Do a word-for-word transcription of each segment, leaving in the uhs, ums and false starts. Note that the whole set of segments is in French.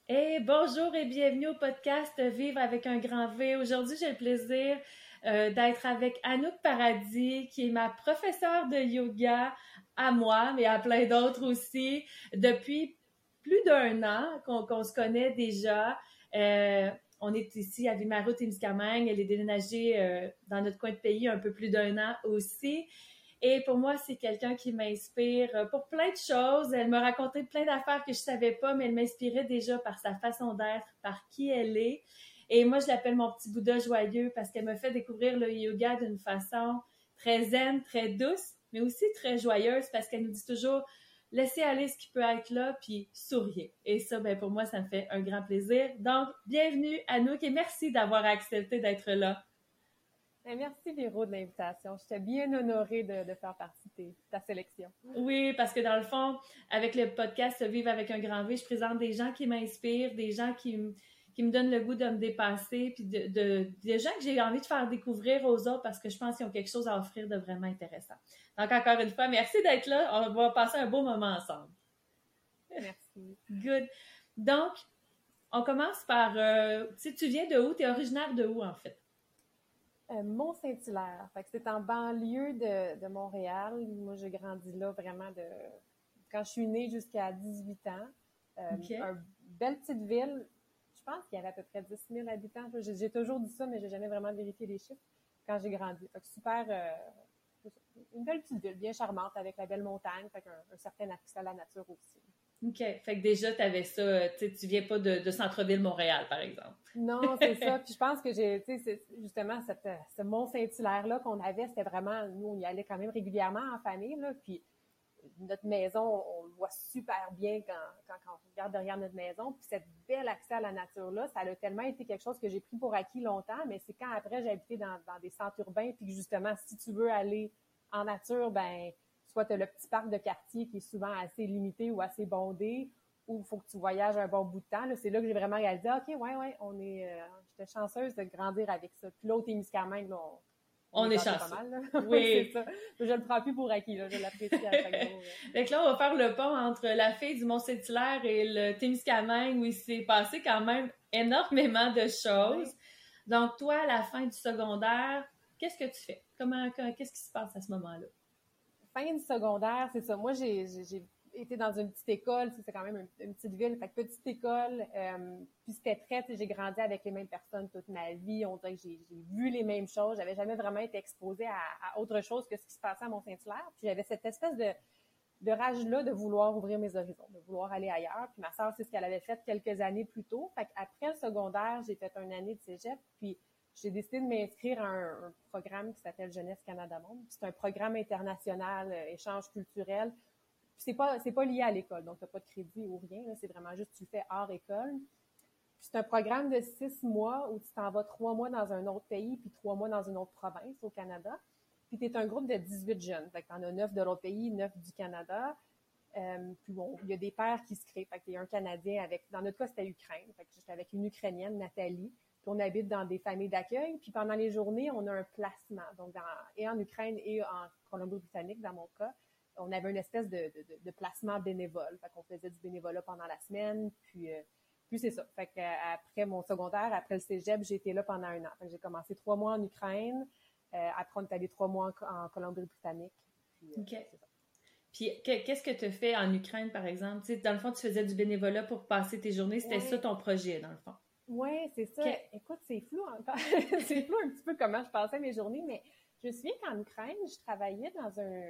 Hey, bonjour et bienvenue au podcast Vivre avec un grand V. Aujourd'hui, j'ai le plaisir euh, d'être avec Anouk Paradis, qui est ma professeure de yoga à moi, mais à plein d'autres aussi, depuis plus d'un an qu'on qu'on se connaît déjà. Euh, on est ici à Vimaru-Témiscamingue. Elle est déménagée euh, dans notre coin de pays un peu plus d'un an aussi. Et pour moi, c'est quelqu'un qui m'inspire pour plein de choses. Elle m'a raconté plein d'affaires que je savais pas, mais elle m'inspirait déjà par sa façon d'être, par qui elle est. Et moi, je l'appelle mon petit Bouddha joyeux parce qu'elle me fait découvrir le yoga d'une façon très zen, très douce, mais aussi très joyeuse parce qu'elle nous dit toujours laissez aller ce qui peut être là, puis souriez. Et ça, ben pour moi, ça me fait un grand plaisir. Donc, bienvenue Anouk et merci d'avoir accepté d'être là. Merci Véro de l'invitation. J'étais bien honorée de, de faire partie de ta sélection. Oui, parce que dans le fond, avec le podcast Vivre avec un grand V, je présente des gens qui m'inspirent, des gens qui, m- qui me donnent le goût de me dépasser, puis de, de- des gens que j'ai envie de faire découvrir aux autres parce que je pense qu'ils ont quelque chose à offrir de vraiment intéressant. Donc, encore une fois, merci d'être là. On va passer un beau moment ensemble. Merci. Good. Donc, on commence par, euh, tu sais, tu viens de où? Tu es originaire de où, en fait? Euh, Mont-Saint-Hilaire. Fait que c'est en banlieue de, de Montréal. Moi, j'ai grandi là vraiment de quand je suis née jusqu'à dix-huit ans. Euh, OK. une belle petite ville. Je pense qu'il y avait à peu près dix mille habitants. J'ai, j'ai toujours dit ça, mais j'ai jamais vraiment vérifié les chiffres quand j'ai grandi. Fait que super, euh, une belle petite ville, bien charmante, avec la belle montagne. Fait qu'un un certain accès à la nature aussi. OK. Fait que déjà, tu avais ça, tu sais, tu viens pas de, de centre-ville Montréal, par exemple. Non, c'est ça. Puis je pense que j'ai, tu sais, c'est justement cette, ce Mont-Saint-Hilaire-là qu'on avait, c'était vraiment, nous, on y allait quand même régulièrement en famille, là. Puis notre maison, on, on le voit super bien quand, quand, quand on regarde derrière notre maison. Puis cette belle accès à la nature-là, ça a tellement été quelque chose que j'ai pris pour acquis longtemps, mais c'est quand après j'ai habité dans, dans des centres urbains, puis que justement, si tu veux aller en nature, ben soit tu as le petit parc de quartier qui est souvent assez limité ou assez bondé, ou il faut que tu voyages un bon bout de temps. Là, c'est là que j'ai vraiment réalisé, OK, ouais, ouais, on est, euh, j'étais chanceuse de grandir avec ça. Puis l'autre Témiscamingue, là, on, on On est est gâtés pas chanceux. mal, là. Oui. C'est ça. Je le prends plus pour acquis, là. Je l'apprécie à chaque jour. Là. Fait que là, on va faire le pont entre la fille du Mont-Saint-Hilaire et le Témiscamingue où il s'est passé quand même énormément de choses. Ouais. Donc, toi, à la fin du secondaire, qu'est-ce que tu fais? Comment, qu'est-ce qui se passe à ce moment-là? Fin du secondaire, c'est ça. Moi, j'ai, j'ai, j'ai été dans une petite école, c'est quand même une, une petite ville, fait que petite école, euh, puis c'était très, tu sais, j'ai grandi avec les mêmes personnes toute ma vie, on dirait que j'ai, j'ai vu les mêmes choses, j'avais jamais vraiment été exposée à, à autre chose que ce qui se passait à Mont-Saint-Hilaire, puis j'avais cette espèce de, de rage-là de vouloir ouvrir mes horizons, de vouloir aller ailleurs, puis ma sœur, c'est ce qu'elle avait fait quelques années plus tôt, fait qu'après le secondaire, j'ai fait une année de cégep, puis j'ai décidé de m'inscrire à un, un programme qui s'appelle Jeunesse Canada Monde. C'est un programme international, euh, échange culturel. Puis c'est pas c'est pas lié à l'école, donc t'as pas de crédit ou rien. Là, c'est vraiment juste tu le fais hors école. Puis c'est un programme de six mois où tu t'en vas trois mois dans un autre pays puis trois mois dans une autre province au Canada. Puis t'es un groupe de dix-huit jeunes. Fait que t'en as neuf de l'autre pays, neuf du Canada. Euh, puis bon, il y a des paires qui se créent. Fait que t'es un Canadien avec, dans notre cas, c'était Ukraine. Fait que j'étais avec une Ukrainienne, Nathalie. Puis on habite dans des familles d'accueil. Puis pendant les journées, on a un placement. Donc, dans, et en Ukraine et en Colombie-Britannique, dans mon cas, on avait une espèce de, de, de placement bénévole. Fait qu'on faisait du bénévolat pendant la semaine. Puis, euh, puis c'est ça. Fait qu'après mon secondaire, après le cégep, j'ai été là pendant un an. Fait que j'ai commencé trois mois en Ukraine. Euh, après, on est allé trois mois en, en Colombie-Britannique. Puis, euh, OK. c'est ça. Puis, qu'est-ce que tu fais en Ukraine, par exemple? Tu sais, dans le fond, tu faisais du bénévolat pour passer tes journées. C'était ça Ouais. ton projet, dans le fond. Oui, c'est ça. OK. Écoute, c'est flou encore. C'est flou un petit peu comment je passais mes journées, mais je me souviens qu'en Ukraine, je travaillais dans un...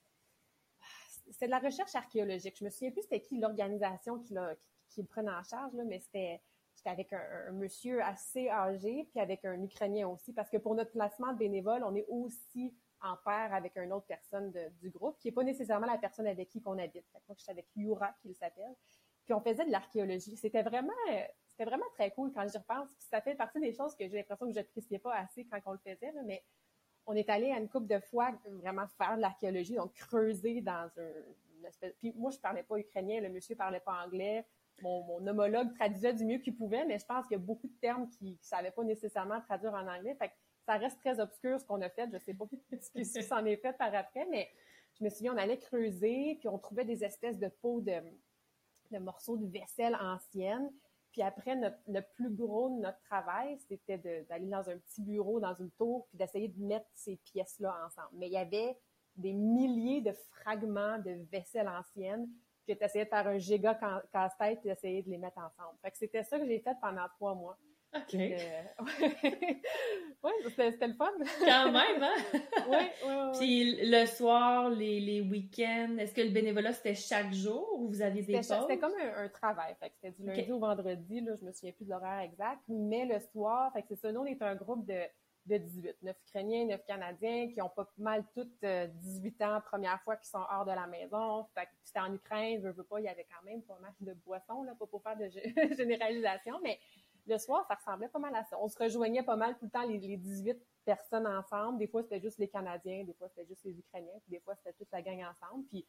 C'était de la recherche archéologique. Je me souviens plus c'était qui l'organisation qui, l'a, qui, qui le prenait en charge, là, mais c'était... J'étais avec un, un monsieur assez âgé, puis avec un Ukrainien aussi, parce que pour notre placement de bénévole, on est aussi en paire avec une autre personne de, du groupe, qui n'est pas nécessairement la personne avec qui qu'on habite. Fait que moi, je suis avec Yura, qui s'appelle. Puis on faisait de l'archéologie. C'était vraiment... C'était vraiment très cool quand j'y repense. Puis ça fait partie des choses que j'ai l'impression que je n'appréciais pas assez quand on le faisait, là, mais on est allé à une couple de fois vraiment faire de l'archéologie, donc creuser dans un, une espèce... Puis moi, je parlais pas ukrainien, le monsieur parlait pas anglais. Mon, mon homologue traduisait du mieux qu'il pouvait, mais je pense qu'il y a beaucoup de termes qu'il ne savait pas nécessairement traduire en anglais. Fait que ça reste très obscur ce qu'on a fait. Je sais pas ce qui s'en est fait par après, mais je me souviens, on allait creuser, puis on trouvait des espèces de pots de, de morceaux de vaisselle ancienne. Puis après, notre, le plus gros de notre travail, c'était de, d'aller dans un petit bureau, dans une tour, puis d'essayer de mettre ces pièces-là ensemble. Mais il y avait des milliers de fragments de vaisselle ancienne que tu essayais de faire un giga casse-tête puis d'essayer de les mettre ensemble. Fait que c'était ça que j'ai fait pendant trois mois. OK. Euh, oui, c'était, c'était le fun. Quand même, hein? Oui, oui, oui. Puis le soir, les, les week-ends, est-ce que le bénévolat, c'était chaque jour ou vous aviez des C'était, pauses? c'était comme un, un travail. Fait que c'était du lundi okay. au vendredi, là, je me souviens plus de l'horaire exact. Mais le soir, fait que c'est ça, nous, on est un groupe de, de dix-huit. neuf Ukrainiens, neuf Canadiens qui ont pas mal toutes euh, dix-huit ans, première fois qu'ils sont hors de la maison. Fait que c'était en Ukraine, je veux pas, il y avait quand même pas mal de boissons, là, pas pour faire de généralisation, mais le soir, ça ressemblait pas mal à ça. On se rejoignait pas mal tout le temps, les, les dix-huit personnes ensemble. Des fois, c'était juste les Canadiens, des fois, c'était juste les Ukrainiens, puis des fois, c'était toute la gang ensemble. Puis,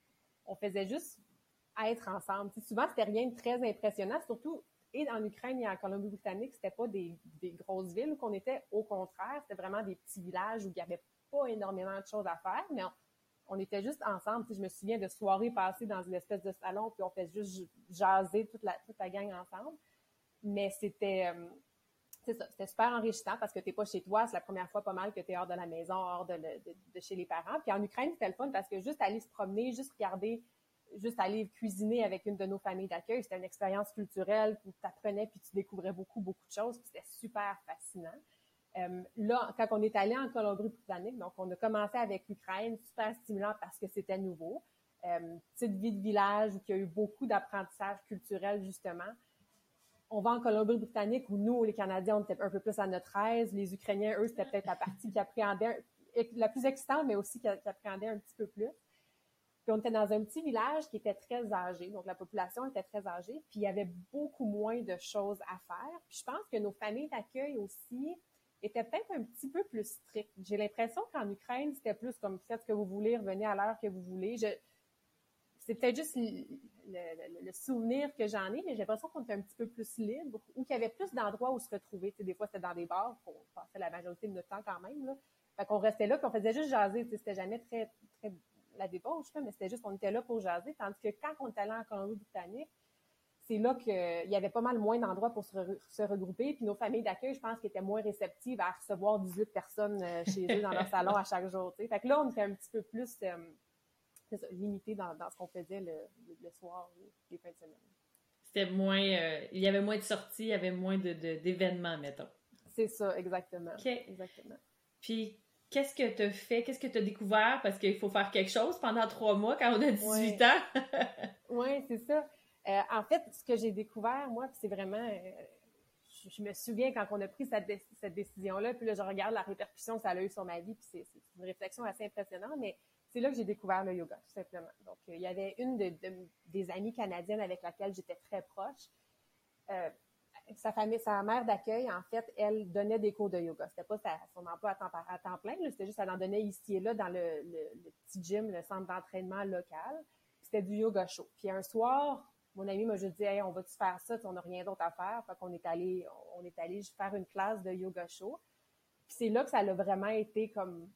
on faisait juste être ensemble. T'sais, souvent, c'était rien de très impressionnant, surtout et en Ukraine et en Colombie-Britannique, c'était pas des, des grosses villes où qu'on était. Au contraire, c'était vraiment des petits villages où il y avait pas énormément de choses à faire, mais on, on était juste ensemble. T'sais, je me souviens de soirées passées dans une espèce de salon, puis on fait juste jaser toute la, toute la gang ensemble. Mais c'était, euh, c'est ça, c'était super enrichissant parce que t'es pas chez toi, c'est la première fois pas mal que t'es hors de la maison, hors de, le, de, de chez les parents. Puis en Ukraine, c'était le fun parce que juste aller se promener, juste regarder, juste aller cuisiner avec une de nos familles d'accueil, c'était une expérience culturelle où tu apprenais puis tu découvrais beaucoup, beaucoup de choses, puis c'était super fascinant. Euh, là, quand on est allé en Colombie-Britannique, donc on a commencé avec l'Ukraine, super stimulant parce que c'était nouveau. Euh, petite vie de village où il y a eu beaucoup d'apprentissage culturel, justement. On va en Colombie-Britannique où nous, les Canadiens, on était un peu plus à notre aise. Les Ukrainiens, eux, c'était peut-être la partie qui appréhendait, la plus excitante, mais aussi qui appréhendait un petit peu plus. Puis on était dans un petit village qui était très âgé, donc la population était très âgée, puis il y avait beaucoup moins de choses à faire. Puis je pense que nos familles d'accueil aussi étaient peut-être un petit peu plus strictes. J'ai l'impression qu'en Ukraine, c'était plus comme faites ce que vous voulez, revenez à l'heure que vous voulez. Je... C'est peut-être juste le, le, le souvenir que j'en ai, mais j'ai l'impression qu'on était un petit peu plus libre ou qu'il y avait plus d'endroits où se retrouver. Tu sais, des fois, c'était dans des bars, qu'on passait la majorité de notre temps quand même, là. Fait qu'on restait là, puis on faisait juste jaser. Tu sais, c'était jamais très, très la débauche, là, mais c'était juste qu'on était là pour jaser. Tandis que quand on est allé en Colombie-Britannique, c'est là qu'il y avait pas mal moins d'endroits pour se, re- se regrouper. Puis nos familles d'accueil, je pense, qui étaient moins réceptives à recevoir dix-huit personnes euh, chez eux dans leur salon à chaque jour. Tu sais. Fait que là, on était un petit peu plus euh, c'est ça, limité dans, dans ce qu'on faisait le, le, le soir ou les fins de semaine. C'était moins... Euh, il y avait moins de sorties, il y avait moins de, de, d'événements, mettons. C'est ça, exactement. OK. Exactement. Puis, qu'est-ce que tu as fait? Qu'est-ce que tu as découvert? Parce qu'il faut faire quelque chose pendant trois mois quand on a dix-huit ouais. ans. Oui, c'est ça. Euh, en fait, ce que j'ai découvert, moi, c'est vraiment... Euh, je, je me souviens quand on a pris cette, dé- cette décision-là, puis là, je regarde la répercussion que ça a eu sur ma vie, puis c'est, c'est une réflexion assez impressionnante, mais c'est là que j'ai découvert le yoga, tout simplement. Donc, euh, il y avait une de, de, des amies canadiennes avec laquelle j'étais très proche. Euh, sa famille, sa mère d'accueil, en fait, elle donnait des cours de yoga. C'était pas sa, son emploi à temps, à temps plein, là, c'était juste qu'elle en donnait ici et là dans le, le, le petit gym, le centre d'entraînement local. C'était du yoga chaud. Puis un soir, mon ami m'a juste dit, hey, on va-tu faire ça? On n'a rien d'autre à faire. Fait qu'on est allé, on est allé faire une classe de yoga chaud. Puis c'est là que ça a vraiment été comme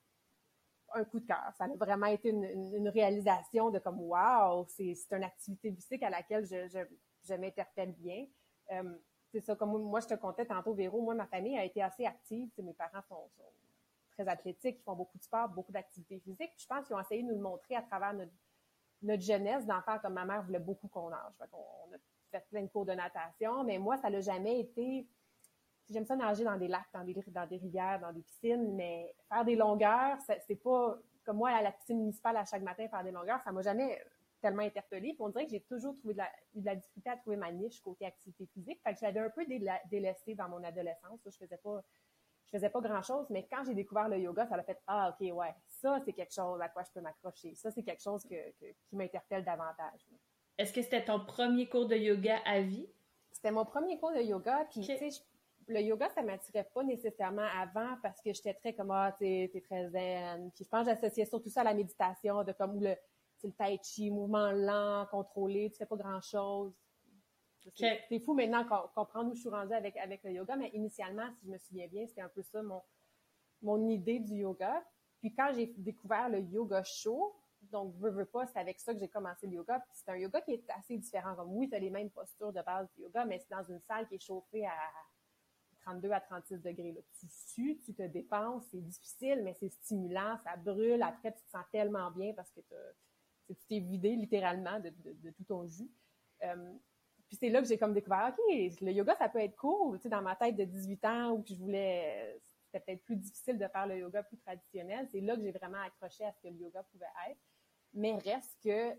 un coup de cœur. Ça a vraiment été une, une, une réalisation de comme, wow, c'est, c'est une activité physique à laquelle je, je, je m'interpelle bien. Euh, c'est ça, comme moi, je te contais tantôt, Véro, moi, ma famille a été assez active. T'sais, mes parents sont, sont très athlétiques, ils font beaucoup de sport, beaucoup d'activités physiques. Puis je pense qu'ils ont essayé de nous le montrer à travers notre notre jeunesse, d'en faire comme ma mère voulait beaucoup qu'on nage. Fait qu'on on a fait plein de cours de natation, mais moi, ça n'a jamais été... J'aime ça nager dans des lacs, dans des, dans des rivières, dans des piscines, mais faire des longueurs, ça, c'est pas... Comme moi, à la piscine municipale, à chaque matin, faire des longueurs, ça m'a jamais tellement interpellée. Puis on dirait que j'ai toujours trouvé de la, eu de la difficulté à trouver ma niche côté activité physique. Fait que je l'avais un peu délaissée dans mon adolescence. Je faisais pas... Je faisais pas grand-chose, mais quand j'ai découvert le yoga, ça m'a fait « Ah, OK, ouais, ça, c'est quelque chose à quoi je peux m'accrocher. Ça, c'est quelque chose que, que, qui m'interpelle davantage. » Est-ce que c'était ton premier cours de yoga à vie? C'était mon premier cours de yoga, puis okay. tu sais, le yoga, ça m'attirait pas nécessairement avant parce que j'étais très comme « Ah, t'es, t'es très zen. » Puis je pense que j'associais surtout ça à la méditation, de comme le, le tai chi, mouvement lent, contrôlé, tu fais pas grand-chose. C'est, okay. c'est fou maintenant qu'on comprendre où je suis rendue avec, avec le yoga, mais initialement, si je me souviens bien, c'était un peu ça mon, mon idée du yoga. Puis quand j'ai découvert le yoga chaud, Donc, veux, veux pas, c'est avec ça que j'ai commencé le yoga. Puis c'est un yoga qui est assez différent. Comme oui, tu as les mêmes postures de base du yoga, mais c'est dans une salle qui est chauffée à trente-deux à trente-six degrés. Là. Tu sues, tu te dépenses, c'est difficile, mais c'est stimulant, ça brûle. Après, tu te sens tellement bien parce que tu t'es vidé littéralement de, de, de tout ton jus. Euh, puis c'est là que j'ai comme découvert, OK, le yoga, ça peut être cool. Tu sais, dans ma tête de dix-huit ans où je voulais, c'était peut-être plus difficile de faire le yoga plus traditionnel, c'est là que j'ai vraiment accroché à ce que le yoga pouvait être. Mais reste que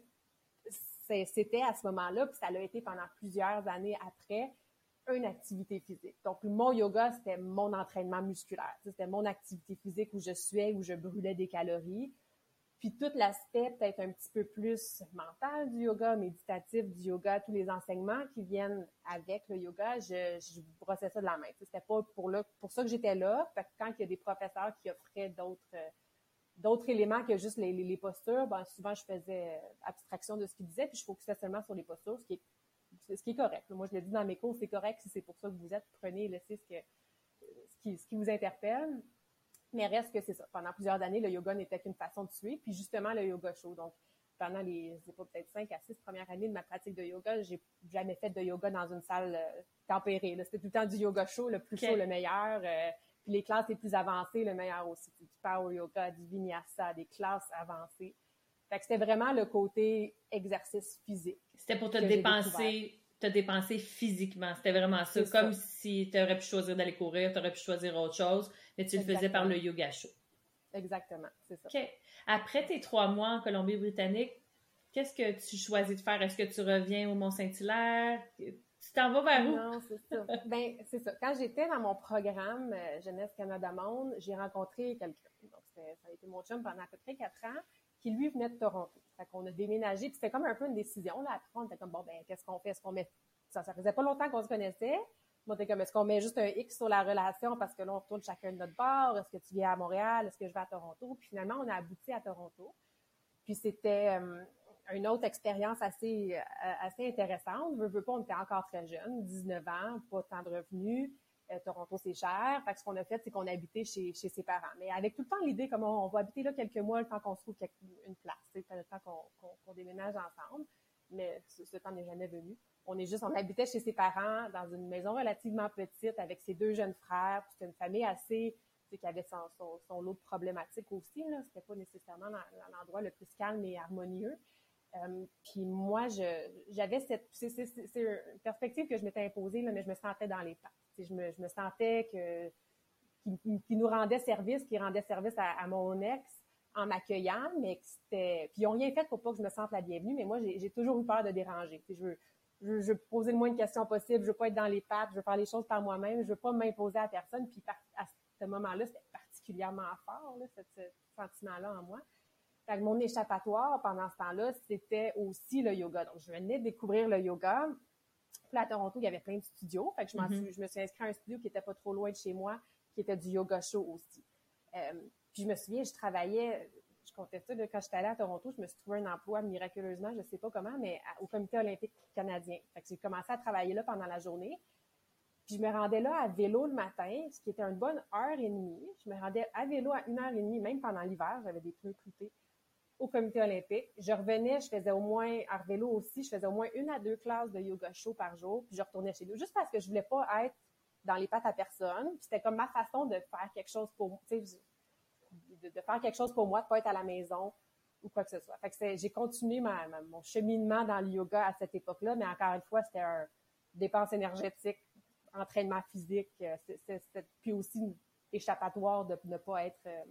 c'était à ce moment-là, puis ça l'a été pendant plusieurs années après, une activité physique. Donc, mon yoga, c'était mon entraînement musculaire. C'était mon activité physique où je suais, où je brûlais des calories. Puis tout l'aspect peut-être un petit peu plus mental du yoga, méditatif du yoga, tous les enseignements qui viennent avec le yoga, je, je brossais ça de la main. C'était pas pour, là, pour ça que j'étais là. Fait que quand il y a des professeurs qui offraient d'autres... d'autres éléments que juste les, les, les postures, ben souvent je faisais abstraction de ce qu'ils disaient, puis je focusais seulement sur les postures, ce qui est, ce qui est correct. Moi, je le dis dans mes cours, c'est correct si c'est pour ça que vous êtes, prenez, laissez ce, que, ce, qui, ce qui vous interpelle. Mais reste que c'est ça. Pendant plusieurs années, le yoga n'était qu'une façon de tuer, puis justement le yoga chaud. Donc, pendant les, je sais pas, peut-être cinq à six premières années de ma pratique de yoga, j'ai jamais fait de yoga dans une salle euh, tempérée. Là. C'était tout le temps du yoga chaud, le plus okay. chaud, le meilleur. Euh, Puis les classes les plus avancées, le meilleur aussi. Du power yoga, du vinyasa, des classes avancées. Fait que c'était vraiment le côté exercice physique. C'était pour te dépenser, te dépenser physiquement. C'était vraiment ça. C'est Comme ça. Si tu aurais pu choisir d'aller courir, tu aurais pu choisir autre chose, mais tu Exactement. le faisais par le yoga chaud. Exactement, c'est ça. OK. Après tes trois mois en Colombie-Britannique, qu'est-ce que tu choisis de faire? Est-ce que tu reviens au Mont-Saint-Hilaire? Tu t'en vas vers où? Non, c'est ça. Ben, c'est ça. Quand j'étais dans mon programme euh, Jeunesse Canada Monde, j'ai rencontré quelqu'un. Donc, ça a été mon chum pendant à peu près quatre ans, qui lui venait de Toronto. Fait qu'on a déménagé, puis c'était comme un peu une décision. Là, après, on était comme, bon, ben, qu'est-ce qu'on fait? Est-ce qu'on met... Ça, ça faisait pas longtemps qu'on se connaissait. On était comme, est-ce qu'on met juste un X sur la relation parce que là, on retourne chacun de notre bord? Est-ce que tu viens à Montréal? Est-ce que je vais à Toronto? Puis finalement, on a abouti à Toronto. Puis c'était... Euh, une autre expérience assez, assez intéressante. Veux, veux pas, on était encore très jeunes, dix-neuf ans, pas tant de revenus. Euh, Toronto, c'est cher. Fait que ce qu'on a fait, c'est qu'on a habité chez, chez ses parents. Mais avec tout le temps l'idée, comme on, on va habiter là quelques mois, le temps qu'on se trouve quelque, une place, le temps qu'on, qu'on, qu'on déménage ensemble. Mais ce, ce temps n'est jamais venu. On est juste, on habitait chez ses parents dans une maison relativement petite avec ses deux jeunes frères. Puis c'était une famille assez, tu sais, qui avait son, son, son lot de problématiques aussi, là. C'était pas nécessairement l'endroit le plus calme et harmonieux. Euh, puis moi, je, j'avais cette... C'est, c'est, c'est une perspective que je m'étais imposée, là, mais je me sentais dans les pattes. Je me, je me sentais que qu'il, qu'il nous rendait service, qu'il rendait service à, à mon ex en m'accueillant, mais que c'était... Puis ils n'ont rien fait pour pas que je me sente la bienvenue, mais moi, j'ai, j'ai toujours eu peur de déranger. Je veux, je, je veux poser le moins de questions possible, je veux pas être dans les pattes, je veux faire les choses par moi-même, je veux pas m'imposer à personne. Puis par, à ce moment-là, c'était particulièrement fort, là, ce, ce sentiment-là en moi. Fait que mon échappatoire pendant ce temps-là, c'était aussi le yoga. Donc, je venais de découvrir le yoga. Puis là, à Toronto, il y avait plein de studios. Fait que je, m'en suis, je me suis inscrite à un studio qui était pas trop loin de chez moi, qui était du yoga chaud aussi. Euh, puis je me souviens, je travaillais, je comptais ça, là, quand j'étais allée à Toronto, je me suis trouvé un emploi miraculeusement, je sais pas comment, mais à, au Comité olympique canadien. Fait que j'ai commencé à travailler là pendant la journée. Puis je me rendais là à vélo le matin, ce qui était une bonne heure et demie. Je me rendais à vélo à une heure et demie, même pendant l'hiver, j'avais des pneus cloutés, au Comité olympique. Je revenais, je faisais au moins, à vélo aussi, je faisais au moins une à deux classes de yoga chaud par jour, puis je retournais chez nous, juste parce que je voulais pas être dans les pattes à personne. Puis c'était comme ma façon de faire quelque chose pour, tu sais, de, de faire quelque chose pour moi, de pas être à la maison ou quoi que ce soit. Fait que c'est, j'ai continué ma, ma, mon cheminement dans le yoga à cette époque-là, mais encore une fois, c'était un dépense énergétique, entraînement physique, c'est, c'est, c'est, puis aussi une échappatoire de ne pas être... Euh,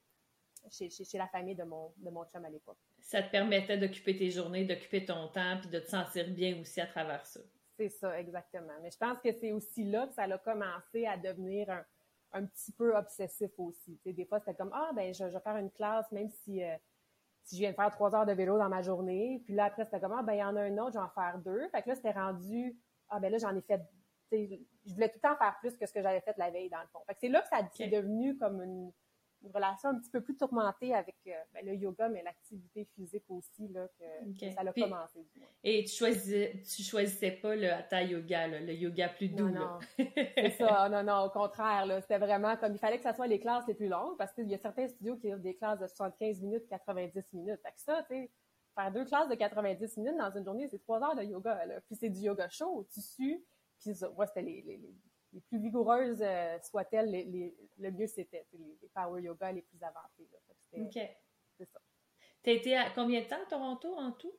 Chez, chez, chez la famille de mon, de mon chum à l'époque. Ça te permettait d'occuper tes journées, d'occuper ton temps, puis de te sentir bien aussi à travers ça. C'est ça, exactement. Mais je pense que c'est aussi là que ça a commencé à devenir un, un petit peu obsessif aussi. Tu sais, des fois, c'était comme, ah, ben, je, je vais faire une classe, même si, euh, si je viens de faire trois heures de vélo dans ma journée. Puis là, après, c'était comme, ah, ben, il y en a un autre, je vais en faire deux. Fait que là, c'était rendu, ah, ben là, j'en ai fait, tu sais, je voulais tout le temps faire plus que ce que j'avais fait la veille, dans le fond. Fait que c'est là que ça okay. est devenu comme une une relation un petit peu plus tourmentée avec euh, ben, le yoga, mais l'activité physique aussi, là, que, okay. que ça a Puis, commencé, du moins. Et tu choisissais, tu choisissais pas le hatha yoga, là, le yoga plus doux, non, là. Non, c'est ça. Non, non, au contraire, là. C'était vraiment comme, il fallait que ça soit les classes les plus longues, parce qu'il y a certains studios qui ont des classes de soixante-quinze minutes, quatre-vingt-dix minutes. Fait que ça, tu sais, faire deux classes de quatre-vingt-dix minutes dans une journée, c'est trois heures de yoga, là. Puis c'est du yoga chaud, tissu. Puis ça, ouais, c'était les, les, les, les plus vigoureuses euh, soient-elles, les, les, le mieux c'était. Les, les power yoga les plus avancés, là. Fait que c'était, OK. C'est ça. T'as été à combien de temps à Toronto en tout?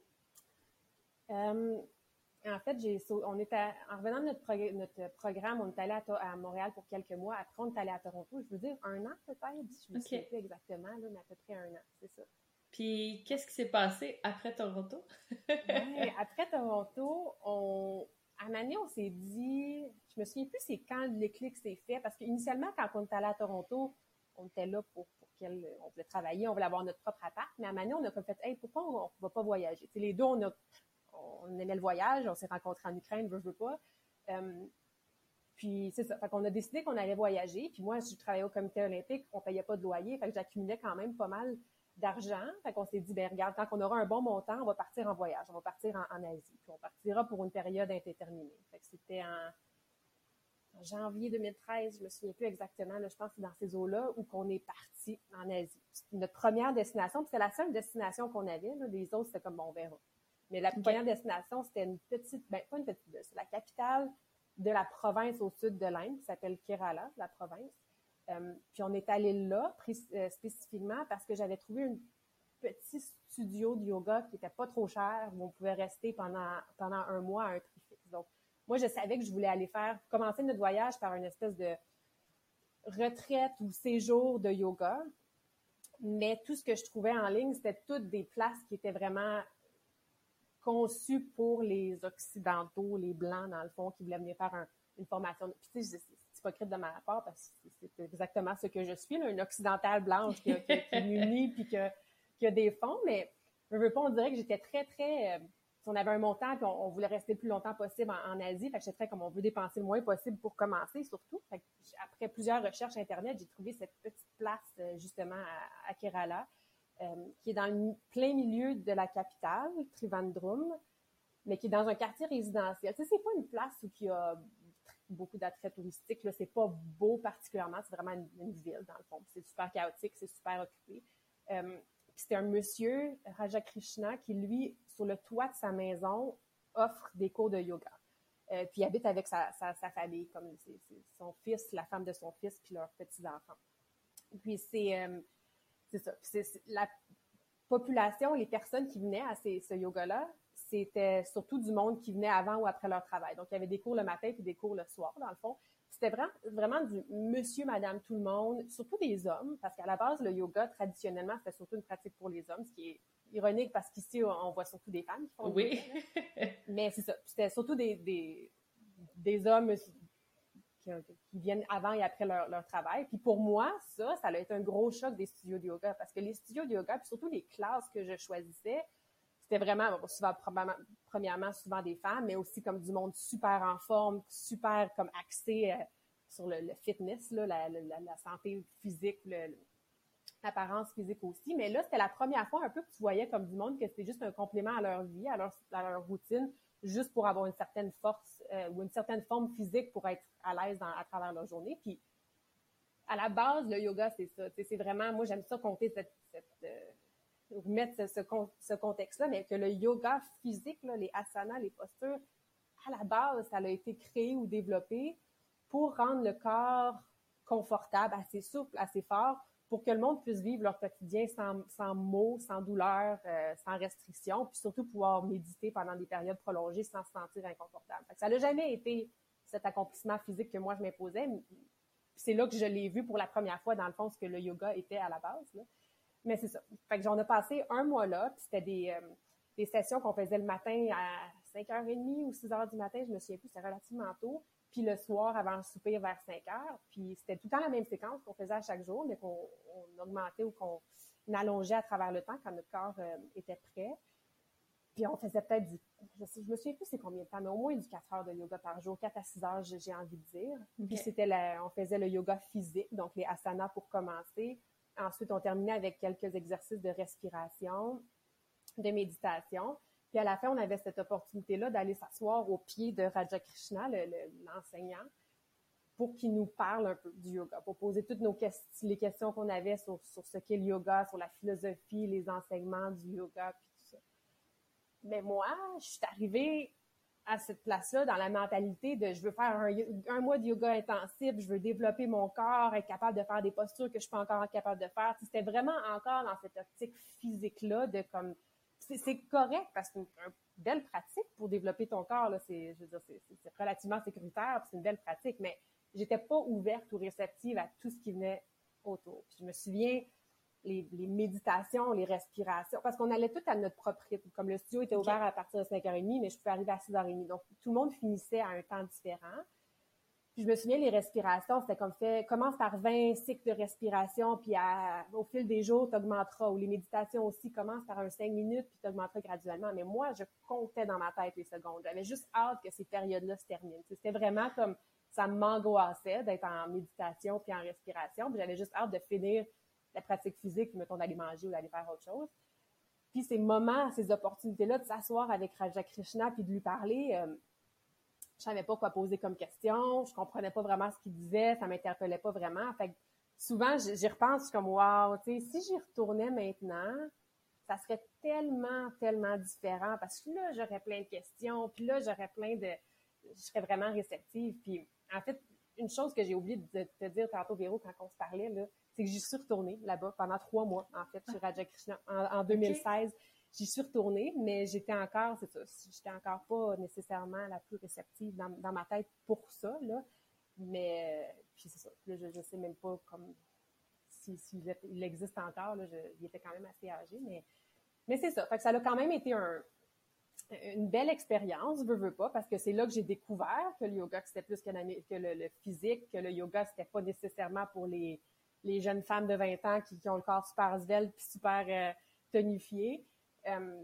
Euh, en fait, j'ai, on est à, en revenant de notre, prog- notre programme, on est allé à, à Montréal pour quelques mois. Après, on est allé à Toronto. Je veux dire, un an peut-être. Je ne me souviens plus exactement, là, mais à peu près un an, c'est ça. Puis, qu'est-ce qui s'est passé après Toronto? Ouais, après Toronto, on, à un moment donné, on s'est dit, je me souviens plus c'est quand le déclic s'est fait, parce qu'initialement, quand on est allé à Toronto, on était là pour, pour qu'elle, on voulait travailler, on voulait avoir notre propre appart, mais à un moment donné, on a comme fait, hey, pourquoi on ne va pas voyager? T'sais, les deux, on a, on aimait le voyage, on s'est rencontrés en Ukraine, je veux pas. Um, puis c'est ça, fait qu'on a décidé qu'on allait voyager, puis moi, je travaillais au comité olympique, on payait pas de loyer, fait que j'accumulais quand même pas mal d'argent. Fait qu'on s'est dit, ben regarde, quand on aura un bon montant, on va partir en voyage, on va partir en, en Asie, puis on partira pour une période indéterminée. Fait que c'était en, en janvier deux mille treize, je me souviens plus exactement, là, je pense que c'est dans ces eaux-là où qu'on est parti en Asie. C'était notre première destination, puis c'était la seule destination qu'on avait, là, les autres, c'était comme, bon, on verra. Mais la okay. première destination, c'était une petite, ben pas une petite ville, c'est la capitale de la province au sud de l'Inde, qui s'appelle Kerala, la province. Euh, puis on est allé là pr- euh, spécifiquement parce que j'avais trouvé un petit studio de yoga qui était pas trop cher, où on pouvait rester pendant pendant un mois à un prix fixe. Donc, moi, je savais que je voulais aller faire, commencer notre voyage par une espèce de retraite ou séjour de yoga. Mais tout ce que je trouvais en ligne, c'était toutes des places qui étaient vraiment conçues pour les Occidentaux, les Blancs, dans le fond, qui voulaient venir faire un, une formation. Puis, tu sais, c'est hypocrite de ma part parce que c'est exactement ce que je suis, là, une occidentale blanche qui, a, qui, qui est unie puis qui a, qui a des fonds, mais je veux pas, on dirait que j'étais très, très... Euh, si on avait un montant puis on, on voulait rester le plus longtemps possible en, en Asie, fait que j'étais très comme on veut dépenser le moins possible pour commencer, surtout. Fait que après plusieurs recherches Internet, j'ai trouvé cette petite place, justement, à, à Kerala, euh, qui est dans le plein milieu de la capitale, Trivandrum, mais qui est dans un quartier résidentiel. Tu sais, c'est pas une place où il y a beaucoup d'attraits touristiques, là, c'est pas beau particulièrement, c'est vraiment une, une ville, dans le fond. C'est super chaotique, c'est super occupé. Euh, puis c'était un monsieur, Raja Krishna, qui, lui, sur le toit de sa maison, offre des cours de yoga. Euh, puis il habite avec sa, sa, sa famille, comme c'est, c'est son fils, la femme de son fils, puis leurs petits-enfants. Puis c'est, euh, c'est ça. Puis c'est, c'est la population, les personnes qui venaient à ces, ce yoga-là, c'était surtout du monde qui venait avant ou après leur travail. Donc, il y avait des cours le matin puis des cours le soir, dans le fond. C'était vraiment, vraiment du monsieur, madame, tout le monde, surtout des hommes, parce qu'à la base, le yoga, traditionnellement, c'était surtout une pratique pour les hommes, ce qui est ironique parce qu'ici, on voit surtout des femmes qui font oui. du yoga. Mais c'est ça. C'était surtout des, des, des hommes qui, qui viennent avant et après leur, leur travail. Puis pour moi, ça, ça a été un gros choc des studios de yoga, parce que les studios de yoga, puis surtout les classes que je choisissais, c'était vraiment, souvent, premièrement, souvent des femmes, mais aussi comme du monde super en forme, super comme axé euh, sur le, le fitness, là, la, la, la santé physique, le, l'apparence physique aussi. Mais là, c'était la première fois un peu que tu voyais comme du monde que c'était juste un complément à leur vie, à leur, à leur routine, juste pour avoir une certaine force euh, ou une certaine forme physique pour être à l'aise dans, à travers leur journée. Puis, à la base, le yoga, c'est ça. C'est vraiment, moi, j'aime ça compter cette... cette euh, remettre ce, ce, ce contexte-là, mais que le yoga physique, là, les asanas, les postures, à la base, ça a été créé ou développé pour rendre le corps confortable, assez souple, assez fort, pour que le monde puisse vivre leur quotidien sans, sans maux, sans douleur, euh, sans restriction, puis surtout pouvoir méditer pendant des périodes prolongées sans se sentir inconfortable. Fait que ça n'a jamais été cet accomplissement physique que moi je m'imposais, puis c'est là que je l'ai vu pour la première fois, dans le fond, ce que le yoga était à la base, là. Mais c'est ça. Fait que j'en ai passé un mois là, puis c'était des, euh, des sessions qu'on faisait le matin à cinq heures trente ou six heures du matin, je me souviens plus, c'était relativement tôt, puis le soir avant le souper vers cinq heures, puis c'était tout le temps la même séquence qu'on faisait à chaque jour, mais qu'on on augmentait ou qu'on allongeait à travers le temps quand notre corps euh, était prêt. Puis on faisait peut-être du, je, sais, je me souviens plus c'est combien de temps, mais au moins du quatre heures de yoga par jour, quatre à six heures, j'ai envie de dire. Okay. Puis c'était la, on faisait le yoga physique, donc les asanas pour commencer. ensuite, on terminait avec quelques exercices de respiration, de méditation. Puis à la fin, on avait cette opportunité-là d'aller s'asseoir au pied de Raja Krishna, le, le, l'enseignant, pour qu'il nous parle un peu du yoga, pour poser toutes nos questions, les questions qu'on avait sur, sur ce qu'est le yoga, sur la philosophie, les enseignements du yoga, puis tout ça. Mais moi, je suis arrivée à cette place-là dans la mentalité de je veux faire un, un mois de yoga intensif, je veux développer mon corps, être capable de faire des postures que je suis pas encore capable de faire. C'était vraiment encore dans cette optique physique-là de comme c'est, c'est correct parce que c'est une, une belle pratique pour développer ton corps, là. C'est, je veux dire, c'est, c'est, c'est relativement sécuritaire, c'est une belle pratique, mais j'étais pas ouverte ou réceptive à tout ce qui venait autour. Puis je me souviens, les, les méditations, les respirations, parce qu'on allait tout à notre propre rythme. Comme le studio était ouvert à partir de cinq heures trente, mais je pouvais arriver à six heures trente. Donc, tout le monde finissait à un temps différent. Puis je me souviens, les respirations, c'était comme fait, commence par vingt cycles de respiration, puis à, au fil des jours, tu augmenteras. Ou les méditations aussi, commence par un cinq minutes, puis tu augmenteras graduellement. Mais moi, je comptais dans ma tête les secondes. J'avais juste hâte que ces périodes-là se terminent. C'était vraiment comme, ça m'angoissait d'être en méditation puis en respiration. Puis j'avais juste hâte de finir la pratique physique, puis mettons d'aller manger ou d'aller faire autre chose. Puis ces moments, ces opportunités-là de s'asseoir avec Raja Krishna puis de lui parler, euh, je savais pas quoi poser comme question, je comprenais pas vraiment ce qu'il disait, ça m'interpellait pas vraiment. Fait que souvent, j'y repense, je suis comme « wow », tu sais, si j'y retournais maintenant, ça serait tellement, tellement différent parce que là, j'aurais plein de questions, puis là, j'aurais plein de... Je serais vraiment réceptive. Puis en fait, une chose que j'ai oublié de te dire tantôt, Véro, quand on se parlait, là, c'est que j'y suis retournée là-bas pendant trois mois, en fait, chez Raja Krishna, en, en deux mille seize. Okay. J'y suis retournée, mais j'étais encore, c'est ça, j'étais encore pas nécessairement la plus réceptive dans, dans ma tête pour ça, là. Mais, puis c'est ça, là, je, je sais même pas comme si, si il existe encore, là, je, il était quand même assez âgé, mais, mais c'est ça. Fait que ça a quand même été un, une belle expérience, veux, veux pas, parce que c'est là que j'ai découvert que le yoga, c'était plus que, la, que le, le physique, que le yoga, c'était pas nécessairement pour les, les jeunes femmes de vingt ans qui, qui ont le corps super svelte puis super euh, tonifié. Euh,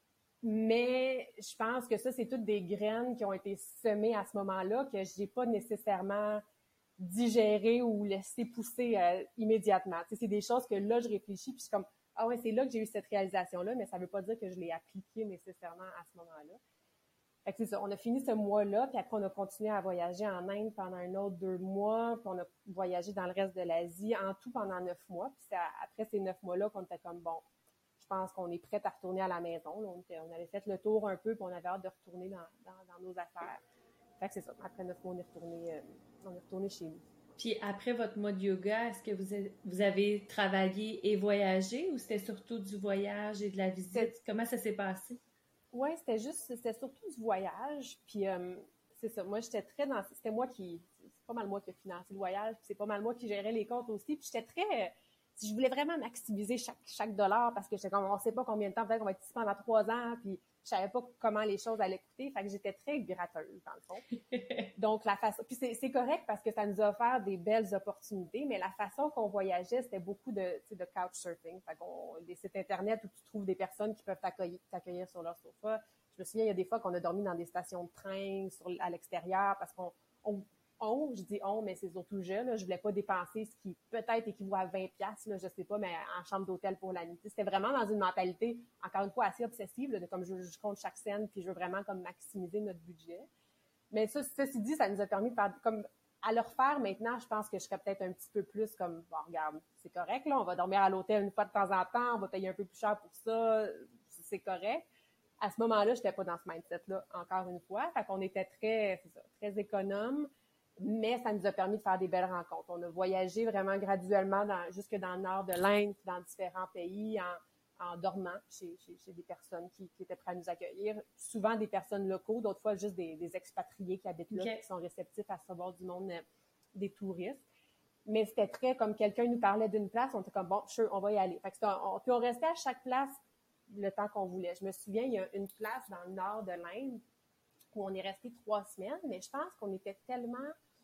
mais je pense que ça, c'est toutes des graines qui ont été semées à ce moment-là que j'ai pas nécessairement digérées ou laissées pousser euh, immédiatement. Tu sais, c'est des choses que là, je réfléchis puis je suis comme ah ouais, c'est là que j'ai eu cette réalisation-là, mais ça veut pas dire que je l'ai appliquée nécessairement à ce moment-là. Fait que c'est ça, on a fini ce mois-là, puis après on a continué à voyager en Inde pendant un autre deux mois, puis on a voyagé dans le reste de l'Asie, en tout pendant neuf mois. Puis c'est après ces neuf mois-là qu'on était comme bon, je pense qu'on est prête à retourner à la maison. Là, on, était, on avait fait le tour un peu, puis on avait hâte de retourner dans, dans, dans nos affaires. Fait que c'est ça, après neuf mois, on est retourné, euh, on est retourné chez nous. Puis après votre mois de yoga, est-ce que vous avez, vous avez travaillé et voyagé ou c'était surtout du voyage et de la visite? C'est... Comment ça s'est passé? Oui, c'était juste, c'était surtout du voyage. Puis euh, c'est ça, moi j'étais très dans, c'était moi qui, c'est pas mal moi qui ai financé le voyage, puis c'est pas mal moi qui gérais les comptes aussi. Puis j'étais très, je voulais vraiment maximiser chaque chaque dollar parce que j'étais comme, on sait pas combien de temps, peut-être qu'on va être ici pendant trois ans, puis je savais pas comment les choses allaient coûter, fait que j'étais très gratteuse dans le fond. Donc la façon, puis c'est, c'est correct parce que ça nous a offert des belles opportunités, mais la façon qu'on voyageait, c'était beaucoup de, tu sais, de couchsurfing, fait qu'on des sites internet où tu trouves des personnes qui peuvent t'accueillir, t'accueillir sur leur sofa. Je me souviens, il y a des fois qu'on a dormi dans des stations de train sur à l'extérieur parce qu'on on, on, je dis on, mais c'est surtout je, là, je voulais pas dépenser ce qui peut-être équivaut à vingt piastres, là, je sais pas, mais en chambre d'hôtel pour la nuit. C'était vraiment dans une mentalité, encore une fois, assez obsessive, là, de comme je, je compte chaque scène, puis je veux vraiment comme maximiser notre budget. Mais ça, ceci dit, ça nous a permis de faire, comme, à le refaire maintenant, je pense que je serais peut-être un petit peu plus comme, bon, regarde, c'est correct, là, on va dormir à l'hôtel une fois de temps en temps, on va payer un peu plus cher pour ça, c'est correct. À ce moment-là, j'étais pas dans ce mindset-là, encore une fois. Fait qu'on était très, c'est ça, très économe. Mais ça nous a permis de faire des belles rencontres. On a voyagé vraiment graduellement dans, jusque dans le nord de l'Inde, dans différents pays, en, en dormant chez, chez, chez des personnes qui, qui étaient prêtes à nous accueillir. Souvent des personnes locaux, d'autres fois juste des, des expatriés qui habitent là, okay. Qui sont réceptifs à recevoir du monde, euh, des touristes. Mais c'était très comme quelqu'un nous parlait d'une place, on était comme bon, sure, on va y aller. Fait que on, puis on restait à chaque place le temps qu'on voulait. Je me souviens, il y a une place dans le nord de l'Inde où on est resté trois semaines, mais je pense qu'on était tellement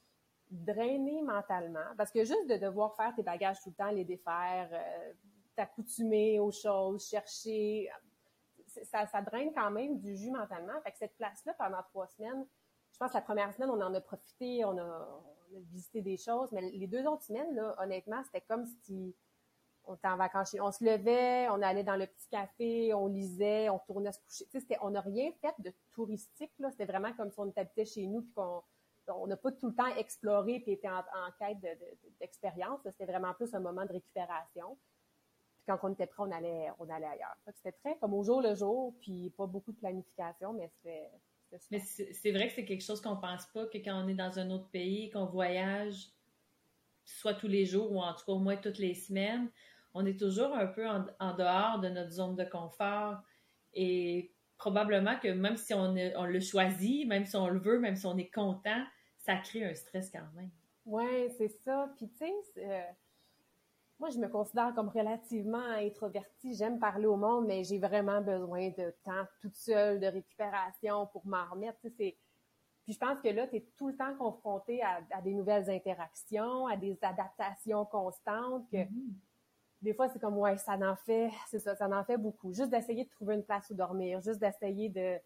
drainé mentalement, parce que juste de devoir faire tes bagages tout le temps, les défaire, euh, t'accoutumer aux choses, chercher, ça, ça draine quand même du jus mentalement. Fait que cette place-là, pendant trois semaines, je pense que la première semaine, on en a profité, on a, on a visité des choses, mais les deux autres semaines, là, honnêtement, c'était comme si on était en vacances chez, on se levait, on allait dans le petit café, on lisait, on tournait se coucher. Tu sais, c'était, on n'a rien fait de touristique, là. C'était vraiment comme si on habitait chez nous puis qu'on on n'a pas tout le temps exploré puis été en, en quête de, de, d'expérience. C'était vraiment plus un moment de récupération. Puis quand on était prêt, on allait, on allait ailleurs. Fait que c'était très comme au jour le jour, puis pas beaucoup de planification, mais c'était, c'était super. Mais c'est, c'est vrai que c'est quelque chose qu'on pense pas, que quand on est dans un autre pays, qu'on voyage, soit tous les jours ou en tout cas au moins toutes les semaines, on est toujours un peu en, en dehors de notre zone de confort. Et probablement que même si on, est, on le choisit, même si on le veut, même si on est content, ça crée un stress quand même. Oui, c'est ça. Puis tu sais, euh, moi je me considère comme relativement introvertie. J'aime parler au monde, mais j'ai vraiment besoin de temps toute seule, de récupération pour m'en remettre. Tu sais, c'est... Puis je pense que là, tu es tout le temps confronté à, à des nouvelles interactions, à des adaptations constantes, que mm-hmm. des fois, c'est comme, ouais, ça en fait, c'est ça, ça en fait beaucoup. Juste d'essayer de trouver une place où dormir, juste d'essayer de,